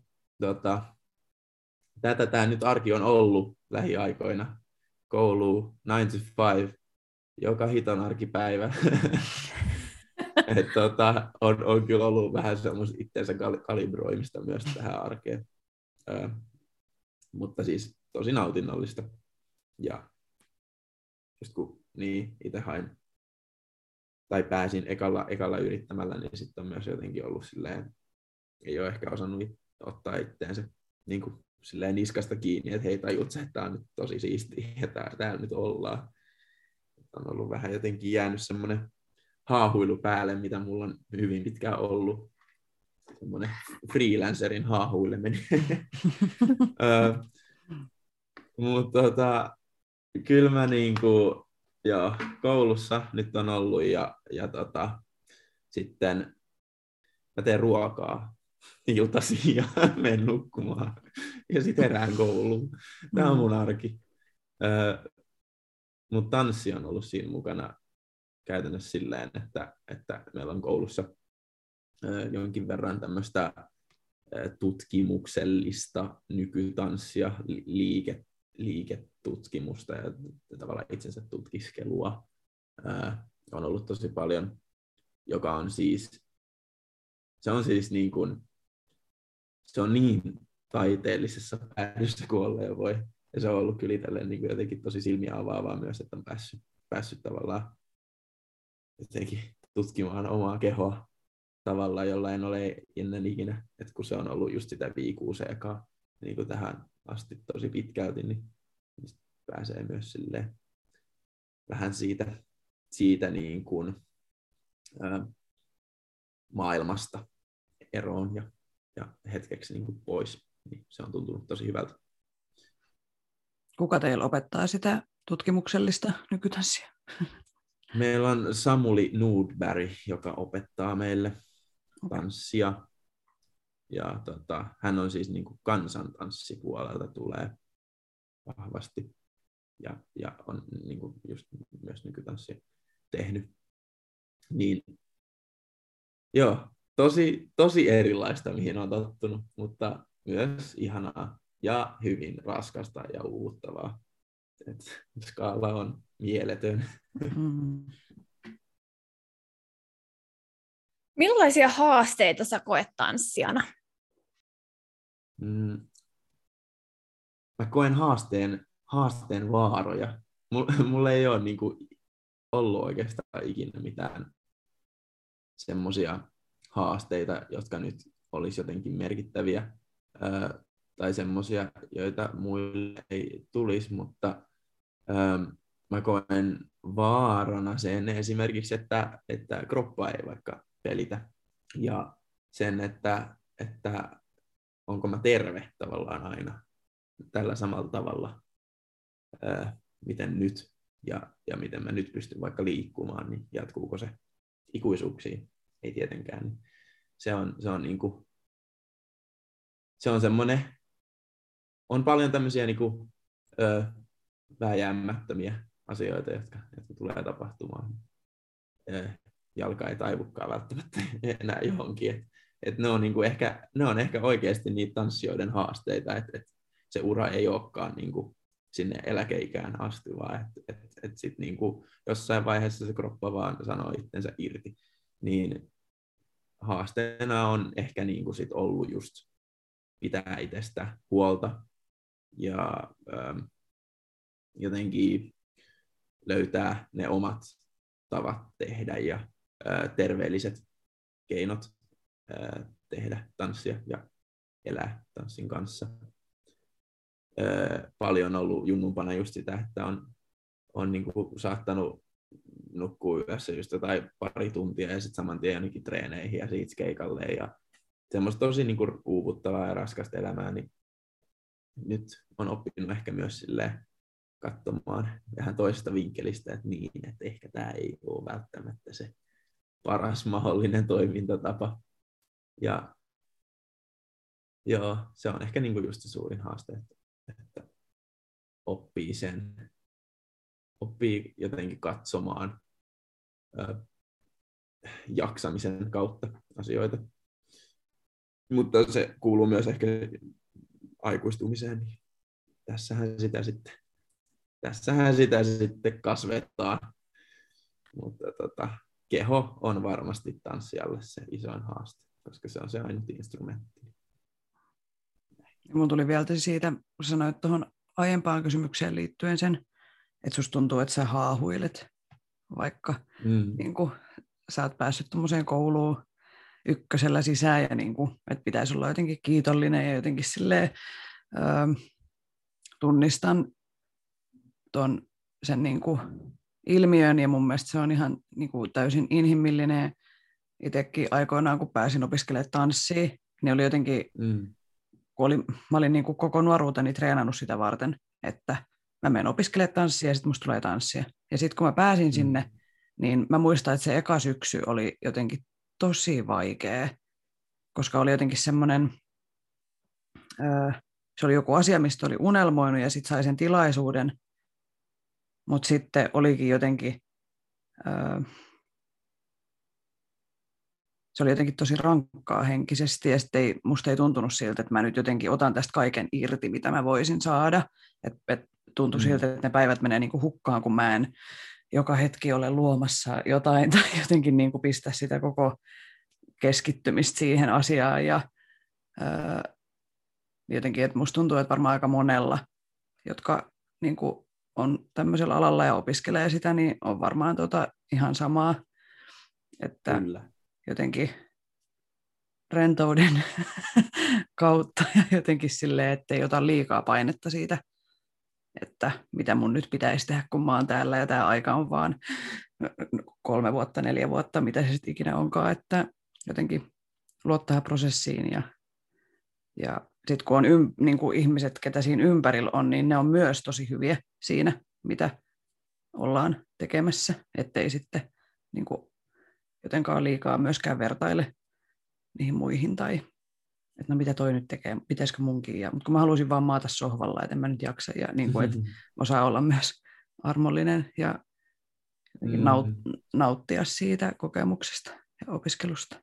[SPEAKER 3] tätä tämä nyt arki on ollut lähiaikoina. Koulu 9 to 5, joka hiton arkipäivä. On kyllä ollut vähän semmoista itseensä kalibroimista myös tähän arkeen. Mutta siis tosi nautinnollista. Ja just kun niin, itse hain tai pääsin ekalla yrittämällä, niin sitten on myös jotenkin ollut silleen, ei ole ehkä osannut ottaa itteensä niin kuin silleen niskasta kiinni, että hei, tajut sä, että tää on nyt tosi siistiä ja täällä nyt ollaan. On ollut vähän jotenkin jäänyt semmoinen haahuilu päälle, mitä mulla on hyvin pitkään ollut. Semmoinen freelancerin haahuileminen. Mutta kyllä mä niinku, joo, koulussa nyt on ollut ja sitten mä teen ruokaa iltaisin ja menen nukkumaan ja sitten herään kouluun. Tämä on mun arki. Mutta tanssi on ollut siinä mukana käytännössä silleen, että meillä on koulussa jonkin verran tämmöistä tutkimuksellista nykytanssia, liiketutkimusta ja tavallaan itsensä tutkiskelua on ollut tosi paljon, joka on siis, se on niin taiteellisessa päädyssä kuin olleen voi. Ja se on ollut kyllä itselleen niin jotenkin tosi silmiä avaavaa myös, että on päässyt tavallaan jotenkin tutkimaan omaa kehoa tavalla, jolla en ole ennen ikinä. Että kun se on ollut just sitä viikuuseekaa niin kuin tähän asti tosi pitkälti, niin pääsee myös silleen vähän siitä niin kuin, maailmasta eroon ja hetkeksi niin kuin pois. Niin se on tuntunut tosi hyvältä.
[SPEAKER 1] Kuka teillä opettaa sitä tutkimuksellista nykytanssia?
[SPEAKER 3] Meillä on Samuli Nordberg, joka opettaa meille tanssia. Ja hän on siis niin kuin kansantanssipuolelta tulee vahvasti. Ja on niin kuin just myös nykytanssia tehnyt. Niin, joo, tosi erilaista, mihin on tottunut, mutta myös ihanaa ja hyvin raskasta ja uuvuttavaa. Skaala on mieletön.
[SPEAKER 1] Mm.
[SPEAKER 2] Millaisia haasteita sä koet tanssijana?
[SPEAKER 3] Mä koen haasteen vaaroja. Mulla ei ole niin kuin ollut oikeastaan ikinä mitään semmoisia haasteita, jotka nyt olisi jotenkin merkittäviä tai semmoisia, joita muille ei tulisi, mutta mä koen vaarana sen esimerkiksi, että kroppa ei vaikka pelitä ja sen, että onko mä terve tavallaan aina tällä samalla tavalla, miten nyt ja miten mä nyt pystyn vaikka liikkumaan, niin jatkuuko se ikuisuuksiin? Ei tietenkään. Se on niinku, se on semmoinen, on paljon tämmöisiä niinku, vääjäämättömiä asioita, jotka tulee tapahtumaan. Jalka ei taivukaan välttämättä enää johonkin. Et ne on ehkä oikeasti niitä tanssijoiden haasteita, että se ura ei olekaan niinku sinne eläkeikään asti, vaan että sit niinku jossain vaiheessa se kroppa vaan sanoo itsensä irti. Niin haasteena on ehkä niinku sit ollut just pitää itsestä huolta ja jotenkin löytää ne omat tavat tehdä ja terveelliset keinot tehdä tanssia ja elää tanssin kanssa. Paljon on ollut junnumpana just sitä, että on niinku saattanut nukkua yössä just jotain pari tuntia ja sitten saman tien jonnekin treeneihin ja siitä keikalle ja semmoista tosi niinku uuvuttavaa ja raskasta elämää, niin nyt on oppinut ehkä myös silleen katsomaan vähän toisesta vinkkelistä, että niin, että ehkä tämä ei ole välttämättä se paras mahdollinen toimintatapa. Ja joo, se on ehkä niinku just se suurin haaste, että oppii jotenkin katsomaan jaksamisen kautta asioita. Mutta se kuuluu myös ehkä aikuistumiseen, niin tässähän sitä sitten kasvettaa. Mutta keho on varmasti tanssijalle se isoin haaste, koska se on se ainut instrumentti.
[SPEAKER 1] Mun tuli vielä siitä, kun sanoit tuohon aiempaan kysymykseen liittyen sen, että susta tuntuu, että sä haahuilet, vaikka niin kuin, sä oot päässyt tuommoiseen kouluun ykkösellä sisään ja niin kuin, että pitäisi olla jotenkin kiitollinen ja jotenkin silleen tunnistan sen niin kuin ilmiön ja mun mielestä se on ihan niin kuin täysin inhimillinen. Itsekin aikoinaan, kun pääsin opiskelemaan tanssia, niin oli jotenkin, kun mä olin niin kuin koko nuoruuteni treenannut sitä varten, että mä menen opiskelemaan tanssia ja sitten musta tulee tanssia. Ja sitten kun mä pääsin sinne, niin mä muistan, että se eka syksy oli jotenkin tosi vaikea, koska oli jotenkin semmoinen, se oli joku asia, mistä oli unelmoinut ja sitten sai sen tilaisuuden, mutta sitten olikin jotenkin, se oli jotenkin tosi rankkaa henkisesti ja sitten musta ei tuntunut siltä, että mä nyt jotenkin otan tästä kaiken irti, mitä mä voisin saada. Et tuntui siltä, että ne päivät menee niinku hukkaan, kun mä en joka hetki ole luomassa jotain tai jotenkin niinku pistä sitä koko keskittymistä siihen asiaan. Ja jotenkin, että musta tuntuu, että varmaan aika monella, jotka niinku on tämmöisellä alalla ja opiskelee sitä, niin on varmaan ihan samaa, että kyllä. Jotenkin rentouden kautta ja jotenkin silleen, ettei ota liikaa painetta siitä, että mitä mun nyt pitäisi tehdä, kun mä oon täällä ja tämä aika on vaan 3 vuotta, 4 vuotta, mitä se sitten ikinä onkaan, että jotenkin luottaa prosessiin ja sitten kun on niin kuin ihmiset, ketä siinä ympärillä on, niin ne on myös tosi hyviä siinä, mitä ollaan tekemässä, ettei sitten niin kuin jotenkaan liikaa myöskään vertaile niihin muihin tai että no mitä toi nyt tekee, pitäisikö munkin. Mutta kun mä halusin vaan maata sohvalla, että en mä nyt jaksa ja niin kuin, että osaa olla myös armollinen ja nauttia siitä kokemuksesta ja opiskelusta.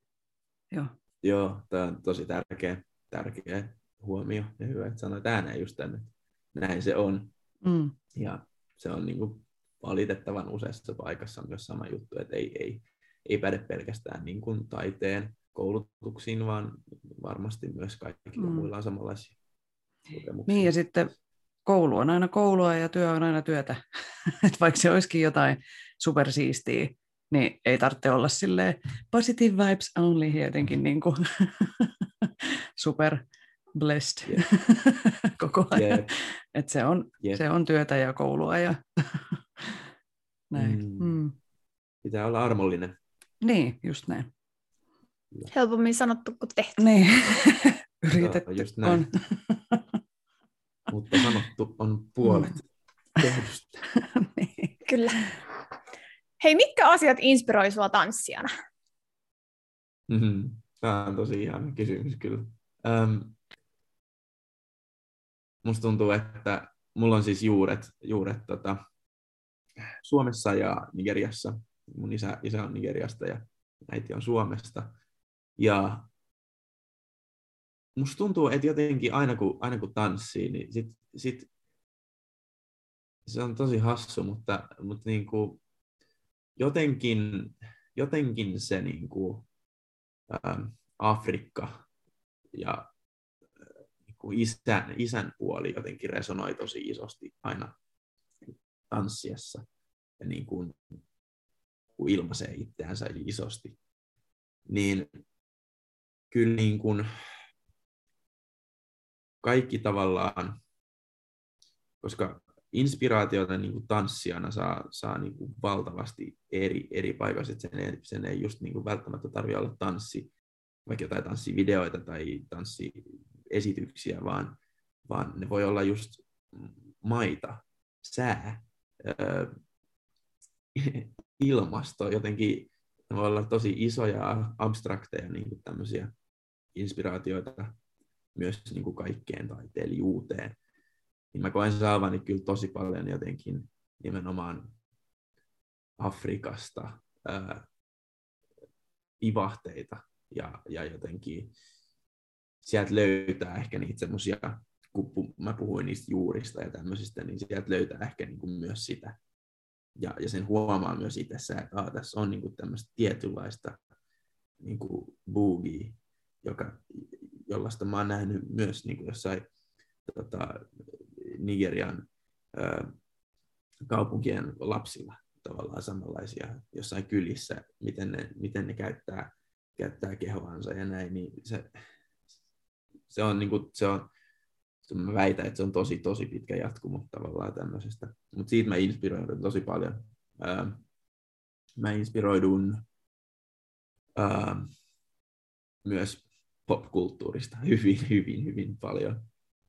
[SPEAKER 3] Joo, tämä on tosi tärkeä huomio ja hyvä, että sanoit ääneen just tänne. Näin se on. Ja se on niin kuin valitettavan useassa paikassa myös sama juttu, että ei päde pelkästään niin kuin taiteen koulutuksiin, vaan varmasti myös kaikilla muilla on samanlaisia kokemuksia.
[SPEAKER 1] Niin ja sitten koulu on aina koulua ja työ on aina työtä. Et vaikka se olisikin jotain supersiistiä, niin ei tarvitse olla silleen positive vibes only jotenkin niin kuin super blessed koko ajan. Että se on työtä ja koulua ja näin.
[SPEAKER 3] Pitää olla armollinen.
[SPEAKER 1] Niin, just näin.
[SPEAKER 2] Helpommin sanottu kuin tehty.
[SPEAKER 1] Niin, yritetty
[SPEAKER 3] just näin.
[SPEAKER 1] on.
[SPEAKER 3] Mutta sanottu on puolet tehdystä.
[SPEAKER 2] Niin. Kyllä. Hei, mitkä asiat inspiroi sua tanssijana?
[SPEAKER 3] Tämä on tosi ihana kysymys kyllä. Musta tuntuu, että mulla on siis juuret Suomessa ja Nigeriassa. Mun isä on Nigeriasta ja äiti on Suomesta. Ja musta tuntuu, että jotenkin aina kun tanssii, niin sit se on tosi hassu, mutta niin kuin jotenkin se niin kuin, Afrikka ja niin kuin isän puoli jotenkin resonoi tosi isosti aina tanssiessa ja niin kuin ilmaisee itseänsä isosti. Niin kyllä niin kuin kaikki tavallaan, koska inspiraatiota niin kuin tanssijana saa niin kuin valtavasti eri paikoissa, että sen ei just niin kuin välttämättä tarvitse olla tanssi, vaikka jotain tanssivideoita tai tanssiesityksiä, vaan ne voi olla just maita, sää, ilmasto, jotenkin ne voi olla tosi isoja, abstrakteja niin kuin tämmöisiä inspiraatioita myös niin kuin kaikkeen taiteilijuuteen. Niin mä koen saavani kyllä tosi paljon jotenkin nimenomaan Afrikasta ivahteita ja jotenkin sieltä löytää ehkä niitä semmoisia, kun mä puhuin niistä juurista ja tämmöisistä, niin sieltä löytää ehkä niin kuin myös sitä ja sen huomaa myös itsessä, että tässä on niin kuin tämmöistä tietynlaista niin kuin boogie, jollaista mä oon nähnyt myös niin kuin jossain Nigerian kaupunkien lapsilla tavallaan samanlaisia jossain kylissä, miten ne käyttää kehoansa ja näin, niin se on niin kuin, mä väitän, että se on tosi pitkä jatkumo tavallaan tämmöisestä. Mutta siitä mä inspiroidun tosi paljon. Mä inspiroidun myös popkulttuurista hyvin paljon.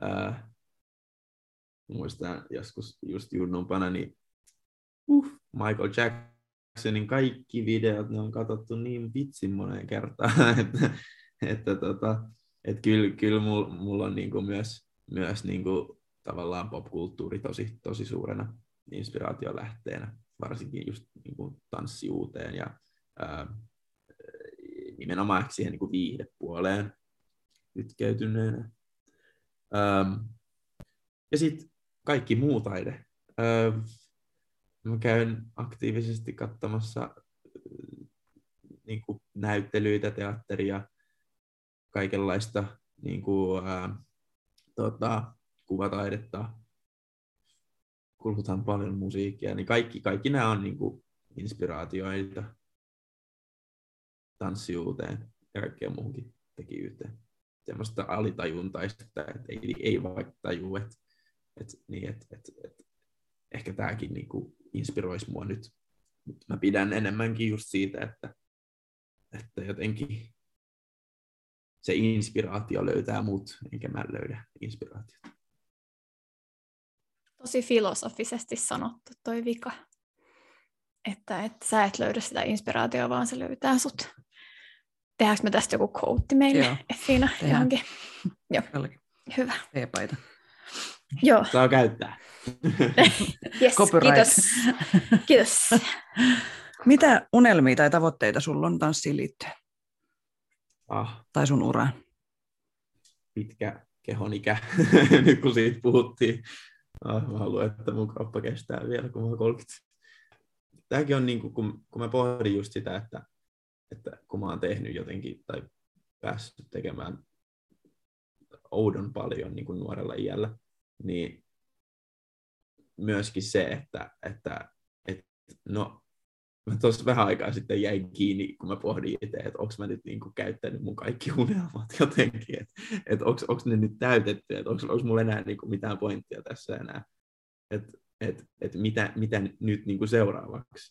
[SPEAKER 3] Muistan joskus just junnumpana, niin Michael Jacksonin kaikki videot, ne on katsottu niin vitsin moneen kertaan, että kyllä mulla on niinku myös niinku tavallaan popkulttuuri tosi suurena inspiraatiolähteenä, varsinkin just niinku tanssijuuteen ja nimenomaan siihen niinku viihdepuoleen kytkeytyneenä. Ja sitten kaikki muu taide. Mä käyn aktiivisesti katsomassa niinku näyttelyitä, teatteria, kaikenlaista niinku, kuvataidetta, kulutan paljon musiikkia, niin kaikki nämä on niinku inspiraatioita tanssijuuteen ja kaikkeen muuhunkin tekijyyteen. Semmoista alitajuntaista, että ei vaikka tajuu, että ehkä tämäkin niinku inspiroisi mua nyt. Mä pidän enemmänkin just siitä, että jotenkin se inspiraatio löytää mut, enkä mä löydä inspiraatiota.
[SPEAKER 2] Tosi filosofisesti sanottu toi vika, että sä et löydä sitä inspiraatiota, vaan se löytää sut. Tehdäänkö me tästä joku quote meille, Effiina, johonkin? Joo, hyvä.
[SPEAKER 1] Teepaita.
[SPEAKER 2] Joo.
[SPEAKER 3] Saa käyttää.
[SPEAKER 2] Yes, kiitos.
[SPEAKER 1] Mitä unelmia tai tavoitteita sulla on tanssiin liittyen? Tai sun uraan?
[SPEAKER 3] Pitkä kehonikä, nyt kun siitä puhuttiin. Mä haluan, että mun kroppa kestää vielä, kun mä oon 30. Tämäkin on niin kuin, kun mä pohdin just sitä, että kun mä oon tehnyt jotenkin tai päässyt tekemään oudon paljon niin kuin nuorella iällä, niin myöskin se, että no, mä tuossa vähän aikaa sitten jäin kiinni, kun mä pohdin itse, että onko mä nyt niin kuin käyttänyt mun kaikki unelmat jotenkin, että onko ne nyt täytetty, että onko mulla enää niin kuin mitään pointtia tässä enää, että mitä nyt niin kuin seuraavaksi.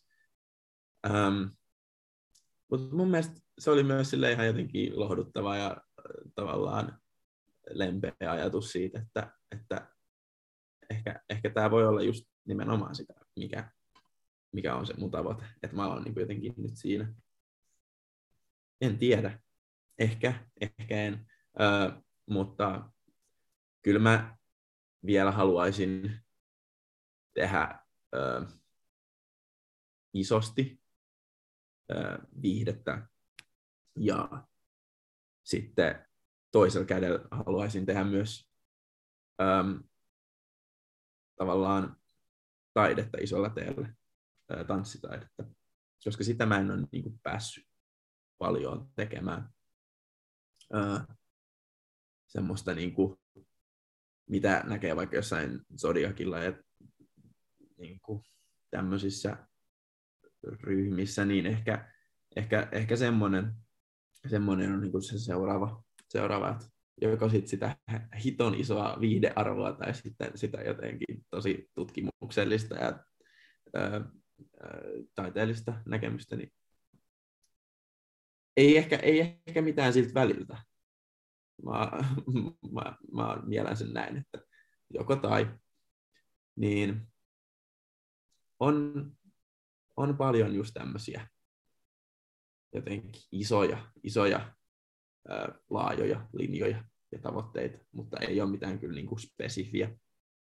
[SPEAKER 3] Mutta mun mielestä se oli myös ihan jotenkin lohduttava ja tavallaan lempeä ajatus siitä, että ehkä tämä voi olla just nimenomaan sitä, mikä on se mun tavoite, että mä oon niin jotenkin nyt siinä. En tiedä. Ehkä en. Mutta kyllä mä vielä haluaisin tehdä isosti viihdettä ja sitten toisella kädellä haluaisin tehdä myös tavallaan taidetta isolla teellä, tanssitaidetta, koska sitä mä en ole niin kuin päässyt paljon tekemään. Semmoista, niin kuin, mitä näkee vaikka jossain Zodiacilla ja niin kuin tämmöisissä ryhmissä, niin ehkä semmoinen on niin kuin se seuraava, että joko sit sitä hiton isoa viihdearvoa tai sitten sitä jotenkin tosi tutkimuksellista ja taiteellista näkemystä, niin ei ehkä mitään siltä väliltä. Mä mielän sen näin, että joko tai, niin on paljon just tämmöisiä jotenkin isoja laajoja linjoja ja tavoitteita, mutta ei ole mitään kyllä niin kuin spesifiä.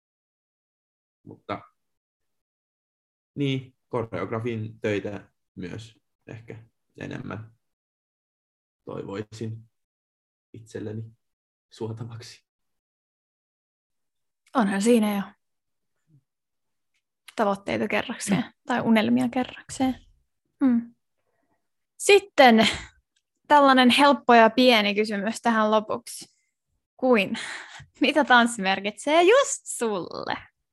[SPEAKER 3] Mutta niin, koreografin töitä myös ehkä enemmän toivoisin itselleni suotavaksi.
[SPEAKER 2] Onhan siinä jo. tavoitteita kerrakseen tai unelmia kerrakseen. Sitten tällainen helppo ja pieni kysymys tähän lopuksi. Mitä tanssi merkitsee just sulle?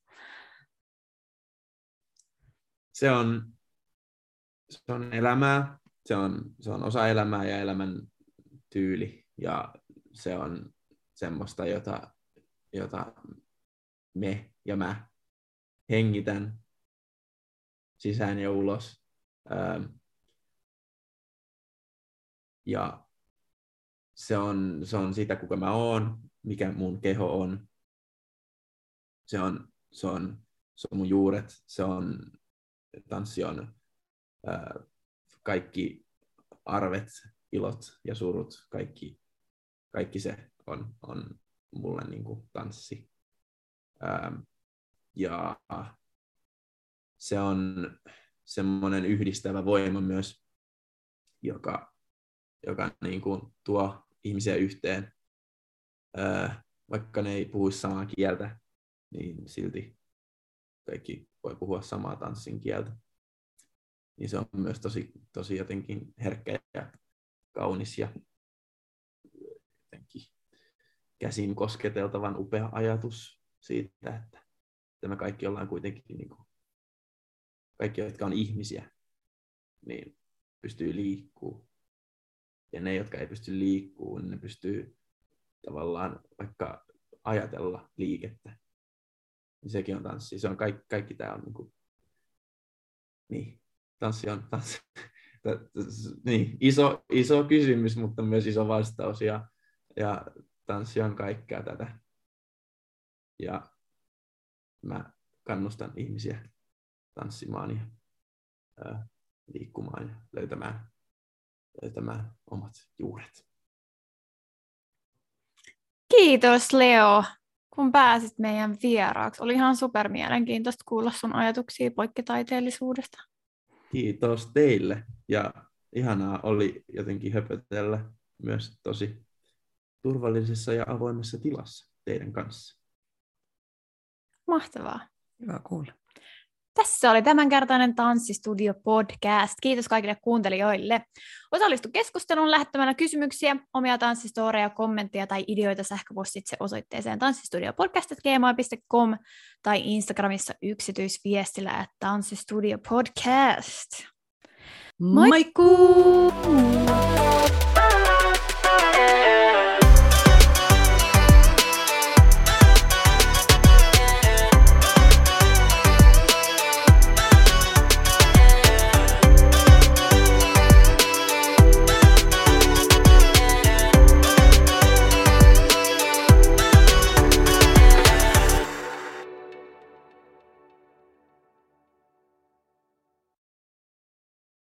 [SPEAKER 3] Se on elämää, se on osa elämää ja elämän tyyli, ja se on semmoista, jota me ja mä hengitän sisään ja ulos. Ja se on sitä, kuka mä oon, mikä mun keho on. Se on mun juuret, tanssi on kaikki arvet, ilot ja surut, kaikki se on mulle niin kuin tanssi. Ja se on semmoinen yhdistävä voima myös, joka niin kuin tuo ihmisiä yhteen. Vaikka ne ei puhuisi samaa kieltä, niin silti kaikki voi puhua samaa tanssin kieltä. Niin se on myös tosi jotenkin herkkä ja kaunis ja jotenkin käsin kosketeltavan upea ajatus siitä, että me kaikki ollaan kuitenkin, niin kuin, kaikki, jotka on ihmisiä, niin pystyy liikkumaan. Ja ne, jotka ei pysty liikkumaan, niin ne pystyy tavallaan vaikka ajatella liikettä. Niin sekin on tanssi. Se on kaikki tämä on niin, tanssi on niin, iso kysymys, mutta myös iso vastaus. Ja tanssi on kaikkea tätä. Ja mä kannustan ihmisiä tanssimaan ja liikkumaan ja löytämään omat juuret.
[SPEAKER 2] Kiitos Leo, kun pääsit meidän vieraaksi. Oli ihan super mielenkiintoista kuulla sun ajatuksia poikkitaiteellisuudesta.
[SPEAKER 3] Kiitos teille ja ihanaa oli jotenkin höpötellä myös tosi turvallisessa ja avoimessa tilassa teidän kanssa.
[SPEAKER 2] Mahtavaa.
[SPEAKER 1] Hyvä kuulla.
[SPEAKER 2] Tässä oli tämänkertainen Tanssistudio podcast. Kiitos kaikille kuuntelijoille. Osallistu keskusteluun lähettämällä kysymyksiä, omia tanssistoreja, kommentteja tai ideoita sähköpostitse osoitteeseen tanssistudiopodcast@gmail.com tai Instagramissa yksityisviestillä @tanssistudiopodcast.
[SPEAKER 1] Moikkuu!